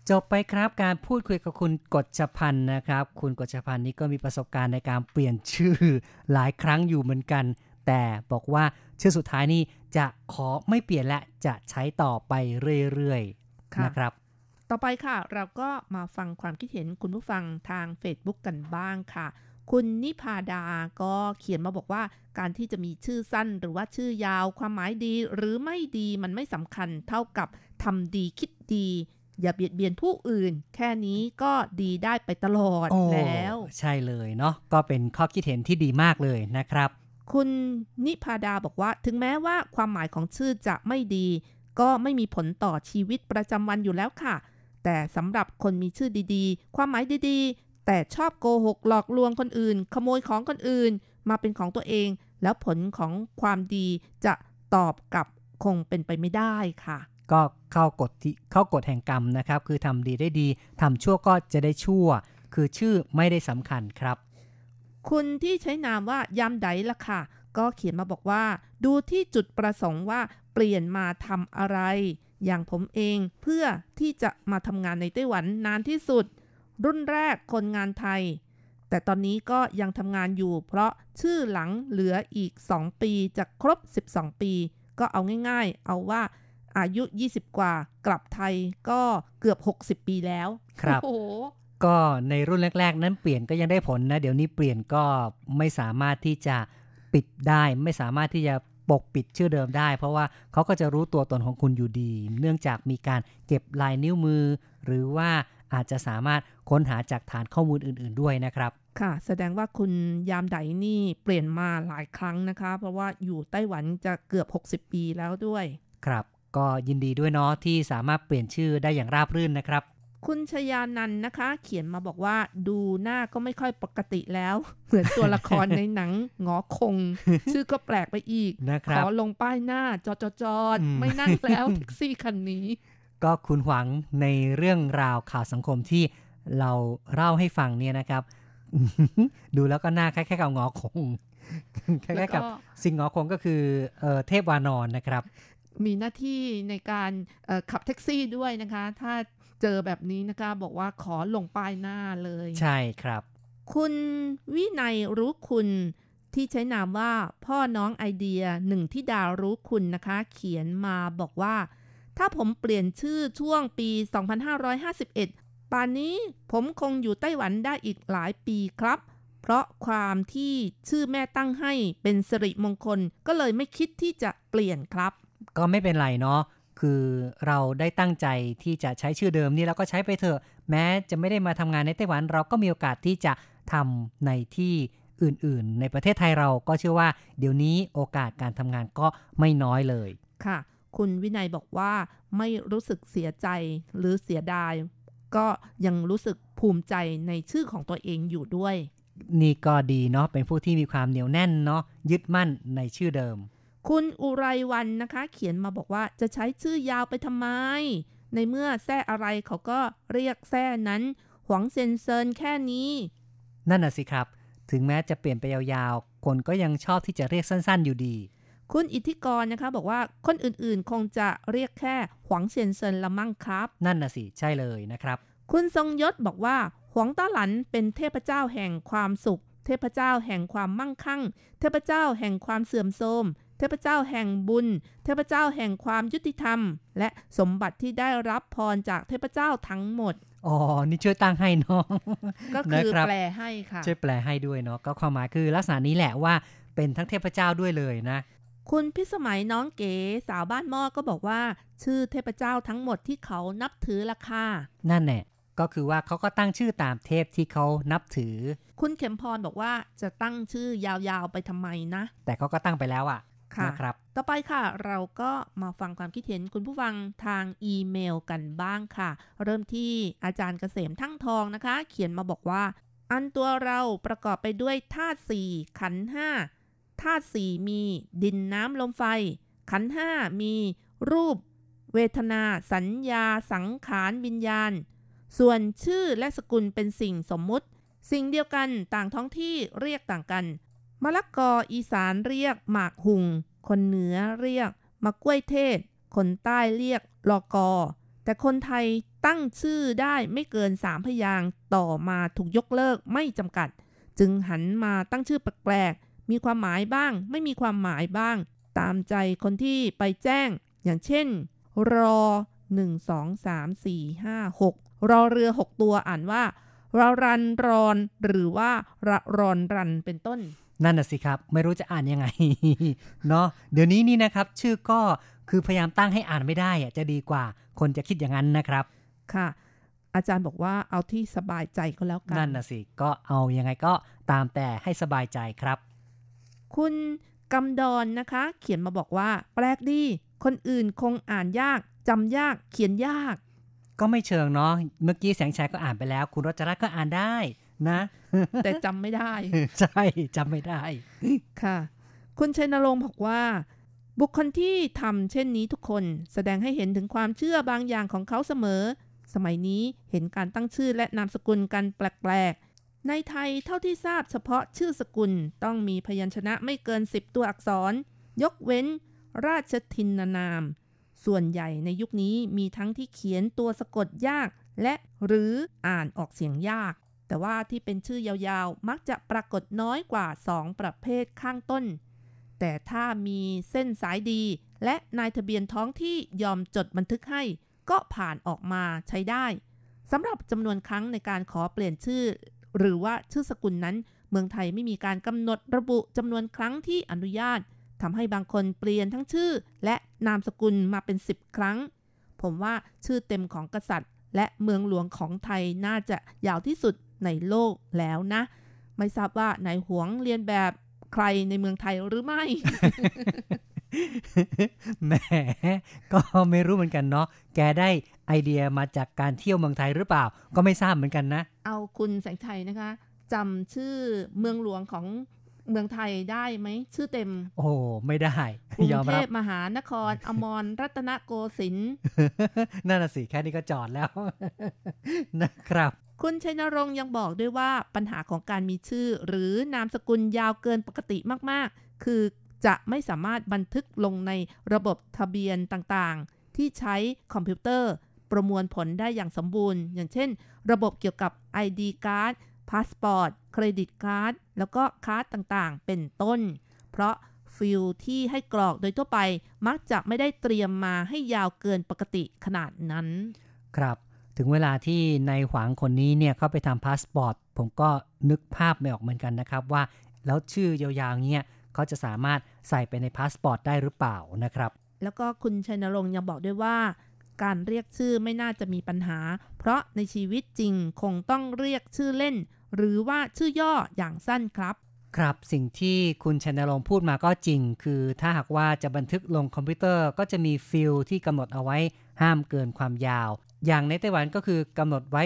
Speaker 5: จบไปครับการพูดคุยกับคุณกฤษพันธ์นะครับคุณกฤษพันธ์นี่ก็มีประสบการณ์ในการเปลี่ยนชื่อหลายครั้งอยู่เหมือนกันแต่บอกว่าชื่อสุดท้ายนี่จะขอไม่เปลี่ยนและจะใช้ต่อไปเรื่อยๆนะครับ
Speaker 4: ต่อไปค่ะเราก็มาฟังความคิดเห็นคุณผู้ฟังทาง Facebook กันบ้างค่ะคุณนิพาดาก็เขียนมาบอกว่าการที่จะมีชื่อสั้นหรือว่าชื่อยาวความหมายดีหรือไม่ดีมันไม่สำคัญเท่ากับทำดีคิดดีอย่าเบียดเบียนผู้อื่นแค่นี้ก็ดีได้ไปตลอดแล้ว
Speaker 5: ใช่เลยเนาะก็เป็นข้อคิดเห็นที่ดีมากเลยนะครับ
Speaker 4: คุณนิพาดาบอกว่าถึงแม้ว่าความหมายของชื่อจะไม่ดีก็ไม่มีผลต่อชีวิตประจำวันอยู่แล้วค่ะแต่สำหรับคนมีชื่อดีๆความหมายดีๆแต่ชอบโกหกหลอกลวงคนอื่นขโมยของคนอื่นมาเป็นของตัวเองแล้วผลของความดีจะตอบกลับคงเป็นไปไม่ได้ค่ะ
Speaker 5: ก็เข้ากฎแห่งกรรมนะครับคือทำดีได้ดีทำชั่วก็จะได้ชั่วคือชื่อไม่ได้สำคัญครับ
Speaker 4: คุณที่ใช้นามว่ายามใดล่ะค่ะก็เขียนมาบอกว่าดูที่จุดประสงค์ว่าเปลี่ยนมาทำอะไรอย่างผมเองเพื่อที่จะมาทำงานในไต้หวันนานที่สุดรุ่นแรกคนงานไทยแต่ตอนนี้ก็ยังทำงานอยู่เพราะชื่อหลังเหลืออีก2ปีจะครบ12ปีก็เอาง่ายๆเอาว่าอายุ20กว่ากลับไทยก็เกือบ60ปีแล้ว
Speaker 5: ครับก็ในรุ่นแรกๆนั้นเปลี่ยนก็ยังได้ผลนะเดี๋ยวนี้เปลี่ยนก็ไม่สามารถที่จะปิดได้ไม่สามารถที่จะปกปิดชื่อเดิมได้เพราะว่าเขาก็จะรู้ตัวตนของคุณอยู่ดีเนื่องจากมีการเก็บลายนิ้วมือหรือว่าอาจจะสามารถค้นหาจากฐานข้อมูลอื่นๆด้วยนะครับ
Speaker 4: ค่ะแสดงว่าคุณยามใดนี่เปลี่ยนมาหลายครั้งนะคะเพราะว่าอยู่ไต้หวันจะเกือบ60ปีแล้วด้วย
Speaker 5: ครับก็ยินดีด้วยเนาะที่สามารถเปลี่ยนชื่อได้อย่างราบรื่นนะครับ
Speaker 4: คุณชยานันท์นะคะเขียนมาบอกว่าดูหน้าก็ไม่ค่อยปกติแล้วเหมือนตัวละครในหนังหงอคง ชื่อก็แปลกไปอีกขอลงป้ายหน้าจอดไม่นั่งแล้วแท็กซี่คันนี้
Speaker 5: ก็คุณหวังในเรื่องราวข่าวสังคมที่เราเล่าให้ฟังเนี่ยนะครับ ดูแล้วก็หน้าคล้ายๆกับหงอคงคล้ายๆกับสิงหงอคงก็คือเทพวานอนนะครับ
Speaker 4: มีหน้าที่ในการขับแท็กซี่ด้วยนะคะถ้าเจอแบบนี้นะคะบอกว่าขอลงป้ายหน้าเลย
Speaker 5: ใช่ครับ
Speaker 4: คุณวินัยรู้คุณที่ใช้นามว่าพ่อน้องไอเดียหนึ่งที่ดาวรู้คุณนะคะเขียนมาบอกว่าถ้าผมเปลี่ยนชื่อช่วงปี 2551 ป่านนี้ผมคงอยู่ไต้หวันได้อีกหลายปีครับเพราะความที่ชื่อแม่ตั้งให้เป็นสิริมงคลก็เลยไม่คิดที่จะเปลี่ยนครับ
Speaker 5: ก็ไม่เป็นไรเนาะคือเราได้ตั้งใจที่จะใช้ชื่อเดิมนี่แล้วก็ใช้ไปเถอะแม้จะไม่ได้มาทำงานในไต้หวันเราก็มีโอกาสที่จะทำในที่อื่นๆในประเทศไทยเราก็เชื่อว่าเดี๋ยวนี้โอกาสการทำงานก็ไม่น้อยเลย
Speaker 4: ค่ะคุณวินัยบอกว่าไม่รู้สึกเสียใจหรือเสียดายก็ยังรู้สึกภูมิใจในชื่อของตัวเองอยู่ด้วย
Speaker 5: นี่ก็ดีเนาะเป็นผู้ที่มีความเหนียวแน่นเนาะยึดมั่นในชื่อเดิม
Speaker 4: คุณอุไรวันนะคะเขียนมาบอกว่าจะใช้ชื่อยาวไปทำไมในเมื่อแซ่อะไรเขาก็เรียกแซ่นั้นหวังเซนเซินแค่นี้
Speaker 5: นั่นน่ะสิครับถึงแม้จะเปลี่ยนไปยาวๆคนก็ยังชอบที่จะเรียกสั้นๆอยู่ดี
Speaker 4: คุณอิทธิกรนะคะบอกว่าคนอื่นๆคงจะเรียกแค่หวังเซนเซินละมั่งครับ
Speaker 5: นั่นน่ะสิใช่เลยนะครับ
Speaker 4: คุณทรงยศบอกว่าหวังต้าหลันเป็นเทพเจ้าแห่งความสุขเทพเจ้าแห่งความมั่งคั่งเทพเจ้าแห่งความเสื่อมโทรมเทพเจ้าแห่งบุญเทพเจ้าแห่งความยุติธรรมและสมบัติที่ได้รับพรจากเทพเจ้าทั้งหมด
Speaker 5: อ๋อนี่ช่วยตั้งให้เนาะ
Speaker 4: ก็คือแปลให้ค่ะ
Speaker 5: ช่วยแปลให้ด้วยเนาะก็ความหมายคือลักษณะนี้แหละว่าเป็นทั้งเทพเจ้าด้วยเลยนะ
Speaker 4: คุณพิสมัยน้องเก๋สาวบ้านหม้อก็บอกว่าชื่อเทพเจ้าทั้งหมดที่เขานับถือล่ะค่ะ
Speaker 5: นั่นแหละก็คือว่าเขาก็ตั้งชื่อตามเทพที่เขานับถือ
Speaker 4: คุณเข็มพรบอกว่าจะตั้งชื่อยาวๆไปทำไมนะ
Speaker 5: แต่เขาก็ตั้งไปแล้วอ่ะ
Speaker 4: นะครับต่อไปค่ะเราก็มาฟังความคิดเห็นคุณผู้ฟังทางอีเมลกันบ้างค่ะเริ่มที่อาจารย์เกษมทั้งทองนะคะเขียนมาบอกว่าอันตัวเราประกอบไปด้วยธาตุ4ขันธ์5ธาตุ4มีดินน้ำลมไฟขันธ์5มีรูปเวทนาสัญญาสังขารวิญญาณส่วนชื่อและสกุลเป็นสิ่งสมมุติสิ่งเดียวกันต่างท้องที่เรียกต่างกันมะละกออีสานเรียกหมากหุงคนเหนือเรียกมะกล้วยเทศคนใต้เรียกลอกอแต่คนไทยตั้งชื่อได้ไม่เกิน3พยางค์ต่อมาถูกยกเลิกไม่จำกัดจึงหันมาตั้งชื่อแปลกๆมีความหมายบ้างไม่มีความหมายบ้างตามใจคนที่ไปแจ้งอย่างเช่นรอ1 2 3 4 5 6รอเรือ6ตัวอ่านว่ารอรันรอนหรือว่าระรอนรันเป็นต้น
Speaker 5: นั่นน่ะสิครับไม่รู้จะอ่านยังไง เนาะเดี๋ยวนี้นี่นะครับชื่อก็คือพยายามตั้งให้อ่านไม่ได้จะดีกว่าคนจะคิดอย่างนั้นนะครับ
Speaker 4: ค่ะอาจารย์บอกว่าเอาที่สบายใจก็แล้วกัน
Speaker 5: นั่นน่ะสิก็เอายังไงก็ตามแต่ให้สบายใจครับ
Speaker 4: คุณกำดอนนะคะเขียนมาบอกว่าแปลกดีคนอื่นคงอ่านยากจำยากเขียนยาก
Speaker 5: ก็ไม่เชิงเนาะเมื่อกี้แสงชัยก็อ่านไปแล้วคุณรัชรัตน์ก็อ่านได้นะ
Speaker 4: แต่จำไม่ได้
Speaker 5: ใช่จำไม่ได้
Speaker 4: ค่ะคุณชัยนรงค์บอกว่าบุคคลที่ทำเช่นนี้ทุกคนแสดงให้เห็นถึงความเชื่อบางอย่างของเขาเสมอสมัยนี้เห็นการตั้งชื่อและนามสกุลกันแปลกๆในไทยเท่าที่ทราบเฉพาะชื่อสกุลต้องมีพยัญชนะไม่เกิน10ตัวอักษรยกเว้นราชทินนามส่วนใหญ่ในยุคนี้มีทั้งที่เขียนตัวสะกดยากและหรืออ่านออกเสียงยากแต่ว่าที่เป็นชื่อยาวๆมักจะปรากฏน้อยกว่า2ประเภทข้างต้นแต่ถ้ามีเส้นสายดีและนายทะเบียนท้องที่ยอมจดบันทึกให้ก็ผ่านออกมาใช้ได้สำหรับจำนวนครั้งในการขอเปลี่ยนชื่อหรือว่าชื่อสกุลนั้นเมืองไทยไม่มีการกำหนดระบุจำนวนครั้งที่อนุญาตทำให้บางคนเปลี่ยนทั้งชื่อและนามสกุลมาเป็น10ครั้งผมว่าชื่อเต็มของกษัตริย์และเมืองหลวงของไทยน่าจะยาวที่สุดในโลกแล้วนะไม่ทราบว่านายหวงเรียนแบบใครในเมืองไทยหรือไม่
Speaker 5: แหมก็ไม่รู้เหมือนกันเนาะแกได้ไอเดียมาจากการเที่ยวเมืองไทยหรือเปล่าก็ไม่ทราบเหมือนกันนะ
Speaker 4: เอาคุณแสงชัยนะคะจำชื่อเมืองหลวงของเมืองไทยได้ไหมชื่อเต็ม
Speaker 5: โอ้ไม่ได้
Speaker 4: กรุงเทพมหานครอมรรัตนโกสินทร์
Speaker 5: นั่นน่ะสิแค่นี้ก็จอดแล้วนะครับ
Speaker 4: คุณชัยนรงค์ยังบอกด้วยว่าปัญหาของการมีชื่อหรือนามสกุลยาวเกินปกติมากๆคือจะไม่สามารถบันทึกลงในระบบทะเบียนต่างๆที่ใช้คอมพิวเตอร์ประมวลผลได้อย่างสมบูรณ์อย่างเช่นระบบเกี่ยวกับ ID การ์ดพาสปอร์ตเครดิตการ์ดแล้วก็การ์ดต่างๆเป็นต้นเพราะฟิลที่ให้กรอกโดยทั่วไปมักจะไม่ได้เตรียมมาให้ยาวเกินปกติขนาดนั้น
Speaker 5: ครับถึงเวลาที่นายหวังคนนี้เนี่ยเข้าไปทำพาสปอร์ตผมก็นึกภาพไม่ออกเหมือนกันนะครับว่าแล้วชื่อยาวๆเนี่ยเขาจะสามารถใส่ไปในพาสปอร์ตได้หรือเปล่านะครับ
Speaker 4: แล้วก็คุณชัยนรงค์ยังบอกด้วยว่าการเรียกชื่อไม่น่าจะมีปัญหาเพราะในชีวิตจริงคงต้องเรียกชื่อเล่นหรือว่าชื่อย่ออย่างสั้นครับ
Speaker 5: ครับสิ่งที่คุณชัยนรงค์พูดมาก็จริงคือถ้าหากว่าจะบันทึกลงคอมพิวเตอร์ก็จะมีฟิลที่กำหนดเอาไว้ห้ามเกินความยาวอย่างในไต้หวันก็คือกำหนดไว้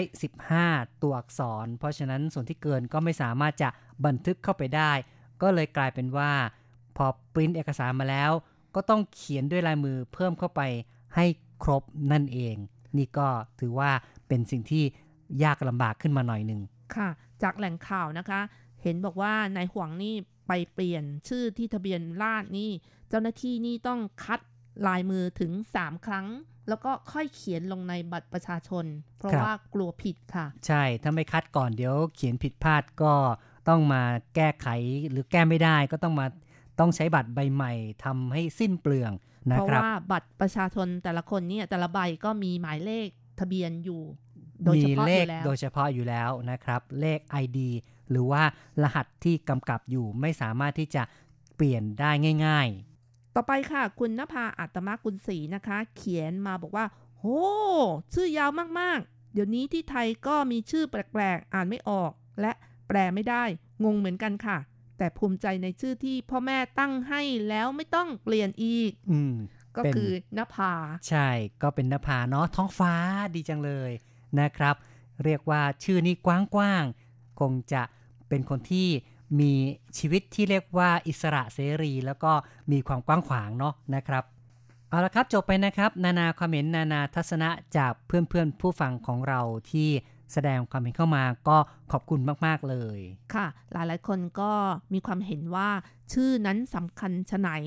Speaker 5: 15ตัวอักษรเพราะฉะนั้นส่วนที่เกินก็ไม่สามารถจะบันทึกเข้าไปได้ก็เลยกลายเป็นว่าพอปริ้นเอกสารมาแล้วก็ต้องเขียนด้วยลายมือเพิ่มเข้าไปให้ครบนั่นเองนี่ก็ถือว่าเป็นสิ่งที่ยากลำบากขึ้นมาหน่อยนึง
Speaker 4: ค่ะจากแหล่งข่าวนะคะเห็นบอกว่านายหวงนี่ไปเปลี่ยนชื่อที่ทะเบียนราษฎร์นี่เจ้าหน้าที่นี่ต้องคัดลายมือถึง3ครั้งแล้วก็ค่อยเขียนลงในบัตรประชาชนเพราะว่ากลัวผิดค่ะ
Speaker 5: ใช่ถ้าไม่คัดก่อนเดี๋ยวเขียนผิดพลาดก็ต้องมาแก้ไขหรือแก้ไม่ได้ก็ต้องใช้บัตรใบใหม่ทำให้สิ้นเปลืองนะครับ
Speaker 4: เพราะว่าบัตรประชาชนแต่ละคนเนี่ยแต่ละใบก็มีหมายเลขทะเบียนอยู่โดยเฉพาะอยู่แล้ว
Speaker 5: โดยเฉพาะอยู่แล้วนะครับเลข ID หรือว่ารหัสที่กำกับอยู่ไม่สามารถที่จะเปลี่ยนได้ง่ายๆ
Speaker 4: ต่อไปค่ะคุณณภาอัตมกุลศรีนะคะเขียนมาบอกว่าโอ้ชื่อยาวมากๆเดี๋ยวนี้ที่ไทยก็มีชื่อแปลกๆอ่านไม่ออกและแปลไม่ได้งงเหมือนกันค่ะแต่ภูมิใจในชื่อที่พ่อแม่ตั้งให้แล้วไม่ต้องเปลี่ยนอีกก็คือนภา
Speaker 5: ใช่ก็เป็นนภาเนาะท้องฟ้าดีจังเลยนะครับเรียกว่าชื่อนี้กว้างๆคงจะเป็นคนที่มีชีวิตที่เรียกว่าอิสระเสรีแล้วก็มีความกว้างขวางเนาะนะครับเอาละครับจบไปนะครับนานาความเห็นนานาทัศนะจากเพื่อนๆผู้ฟังของเราที่แสดงความเห็นเข้ามาก็ขอบคุณมากๆเลย
Speaker 4: ค่ะหลายๆคนก็มีความเห็นว่าชื่อนั้นสำคัญไฉน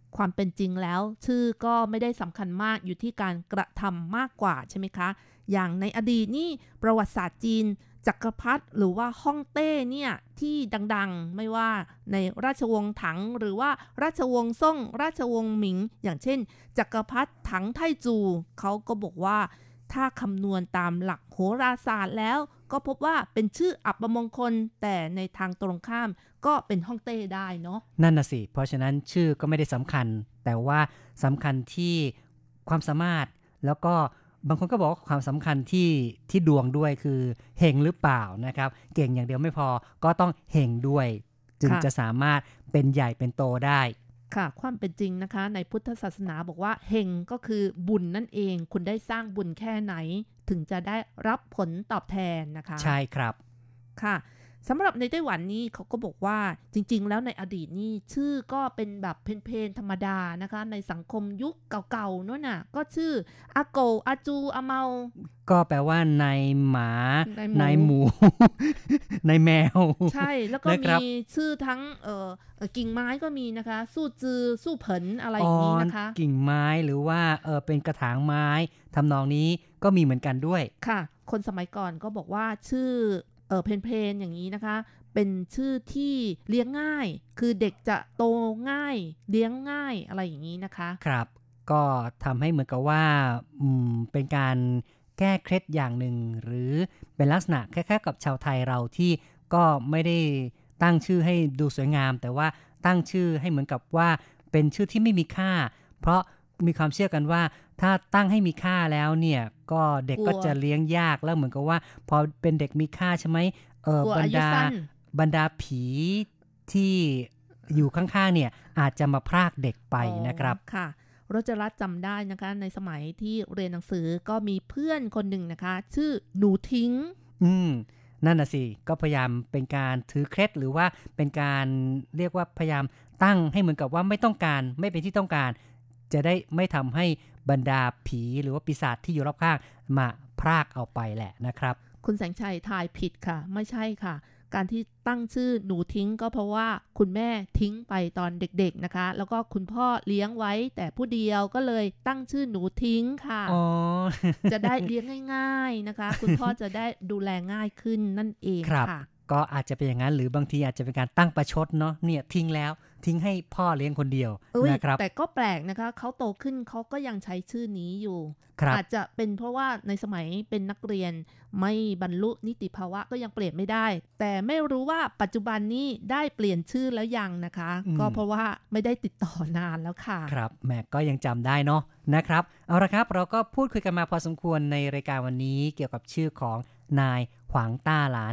Speaker 4: ความเป็นจริงแล้วชื่อก็ไม่ได้สำคัญมากอยู่ที่การกระทำมากกว่าใช่ไหมคะอย่างในอดีตนี่ประวัติศาสตร์จีนจักรพรรดิหรือว่าฮ่องเต้เนี่ยที่ดังๆไม่ว่าในราชวงศ์ถังหรือว่าราชวงศ์ซ่งราชวงศ์หมิงอย่างเช่นจักรพรรดิถังไทจูเขาก็บอกว่าถ้าคำนวณตามหลักโหราศาสตร์แล้วก็พบว่าเป็นชื่ออัปมงคลแต่ในทางตรงข้ามก็เป็นฮ่องเต้ได้เนาะ
Speaker 5: นั่นน่ะสิเพราะฉะนั้นชื่อก็ไม่ได้สำคัญแต่ว่าสำคัญที่ความสามารถแล้วก็บางคนก็บอกว่าความสำคัญที่ดวงด้วยคือเฮงหรือเปล่านะครับเก่งอย่างเดียวไม่พอก็ต้องเฮงด้วยจึงจะสามารถเป็นใหญ่เป็นโตได้
Speaker 4: ค่ะความเป็นจริงนะคะในพุทธศาสนาบอกว่าเฮงก็คือบุญนั่นเองคุณได้สร้างบุญแค่ไหนถึงจะได้รับผลตอบแทนนะคะ
Speaker 5: ใช่ครับ
Speaker 4: ค่ะสำหรับในไต้หวันนี่เขาก็บอกว่าจริงๆแล้วในอดีตนี่ชื่อก็เป็นแบบเพลนๆธรรมดานะคะในสังคมยุคเก่าๆนั่นน่ะก็ชื่ออาโกอาจูอาเมา
Speaker 5: ก็แปลว่านายหมานายหมู นายแมว
Speaker 4: ใช่แล้วก็มีชื่อทั้งกิ่งไม้ก็มีนะคะสู้จือสู้เผินอะไรอย่างนี้นะคะ
Speaker 5: กิ่งไม้หรือว่าเป็นกระถางไม้ทำนองนี้ก็มีเหมือนกันด้วย
Speaker 4: ค่ะคนสมัยก่อนก็บอกว่าชื่อเพลนอย่างนี้นะคะเป็นชื่อที่เลี้ยงง่ายคือเด็กจะโตง่ายเลี้ยงง่ายอะไรอย่างนี้นะคะ
Speaker 5: ครับก็ทำให้เหมือนกับว่าเป็นการแก้เคล็ดอย่างหนึ่งหรือเป็นลักษณะคล้ายๆกับชาวไทยเราที่ก็ไม่ได้ตั้งชื่อให้ดูสวยงามแต่ว่าตั้งชื่อให้เหมือนกับว่าเป็นชื่อที่ไม่มีค่าเพราะมีความเชื่อกันว่าถ้าตั้งให้มีค่าแล้วเนี่ยก็เด็กก็จะเลี้ยงยากแล้วเหมือนกับว่าพอเป็นเด็กมีค่าใช่ไหมบรรดาผีที่อยู่ข้างๆเนี่ยอาจจะมาพรากเด็กไปนะครับ
Speaker 4: ค่ะโรจรัสจำได้นะคะในสมัยที่เรียนหนังสือก็มีเพื่อนคนหนึ่งนะคะชื่อหนูทิ้ง
Speaker 5: นั่นน่ะสิก็พยายามเป็นการถือเคล็ดหรือว่าเป็นการเรียกว่าพยายามตั้งให้เหมือนกับว่าไม่ต้องการไม่เป็นที่ต้องการจะได้ไม่ทำให้บรรดาผีหรือว่าปีศาจที่อยู่รอบข้างมาพรากเอาไปแหละนะครับ
Speaker 4: คุณแสงชัยทายผิดค่ะไม่ใช่ค่ะการที่ตั้งชื่อหนูทิ้งก็เพราะว่าคุณแม่ทิ้งไปตอนเด็กๆนะคะแล้วก็คุณพ่อเลี้ยงไว้แต่ผู้เดียวก็เลยตั้งชื่อหนูทิ้งค่ะจะได้เลี้ยงง่ายๆนะคะคุณพ่อจะได้ดูแลง่ายขึ้นนั่นเองค่ะ
Speaker 5: ก็อาจจะเป็นอย่างนั้นหรือบางทีอาจจะเป็นการตั้งประชดเนาะเนี่ยทิ้งแล้วทิ้งให้พ่อเลี้ยงคนเดียวนะครับ
Speaker 4: แต่ก็แปลกนะคะเขาโตขึ้นเขาก็ยังใช้ชื่อนี้อยู่อาจจะเป็นเพราะว่าในสมัยเป็นนักเรียนไม่บรรลุนิติภาวะก็ยังเปลี่ยนไม่ได้แต่ไม่รู้ว่าปัจจุบันนี้ได้เปลี่ยนชื่อแล้วยังนะคะก็เพราะว่าไม่ได้ติดต่อนานแล้วค่ะ
Speaker 5: ครับแม่ก็ยังจำได้เนาะนะครับเอาละครับเราก็พูดคุยกันมาพอสมควรในรายการวันนี้เกี่ยวกับชื่อของนายหวางต้าหลาน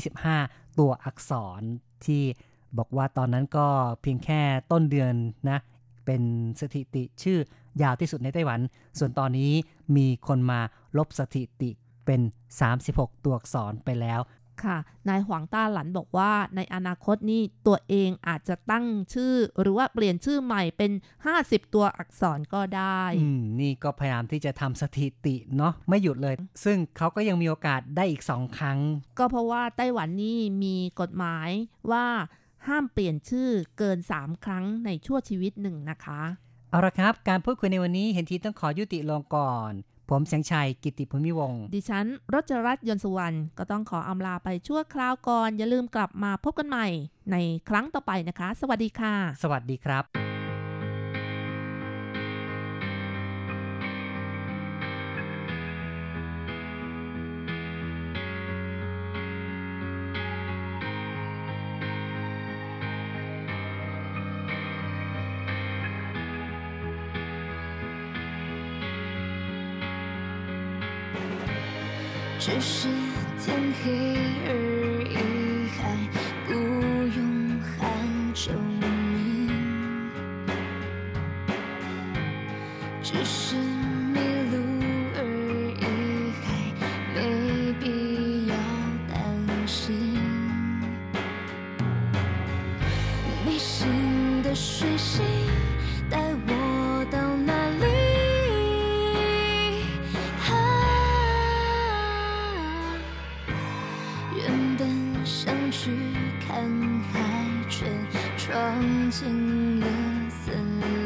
Speaker 5: 25ตัวอักษรที่บอกว่าตอนนั้นก็เพียงแค่ต้นเดือนนะเป็นสถิติชื่อยาวที่สุดในไต้หวันส่วนตอนนี้มีคนมาลบสถิติเป็น36ตัวอักษรไปแล้ว
Speaker 4: ค่ะนายหวังต้าหลันบอกว่าในอนาคตนี้ตัวเองอาจจะตั้งชื่อหรือว่าเปลี่ยนชื่อใหม่เป็น50ตัวอักษรก็ได้
Speaker 5: นี่ก็พยายามที่จะทำสถิติเนาะไม่หยุดเลยซึ่งเขาก็ยังมีโอกาสได้อีก2ครั้ง
Speaker 4: ก็เพราะว่าไต้หวันนี่มีกฎหมายว่าห้ามเปลี่ยนชื่อเกิน3ครั้งในชั่วชีวิตหนึ่งนะคะ
Speaker 5: เอาละครับการพูดคุยในวันนี้เห็นทีต้องขอยุติลงก่อนผมแสงชัยกิตติภูมิวงศ์
Speaker 4: ดิฉันรจรัตน์ยนต์สุวรรณก็ต้องขออำลาไปชั่วคราวก่อนอย่าลืมกลับมาพบกันใหม่ในครั้งต่อไปนะคะสวัสดีค่ะ
Speaker 5: สวัสดีครับ
Speaker 7: 只是天黑而已，还不用喊救命。只是迷路而已，还没必要担心。你新的水星带我到哪里？去看海，却闯进了森林。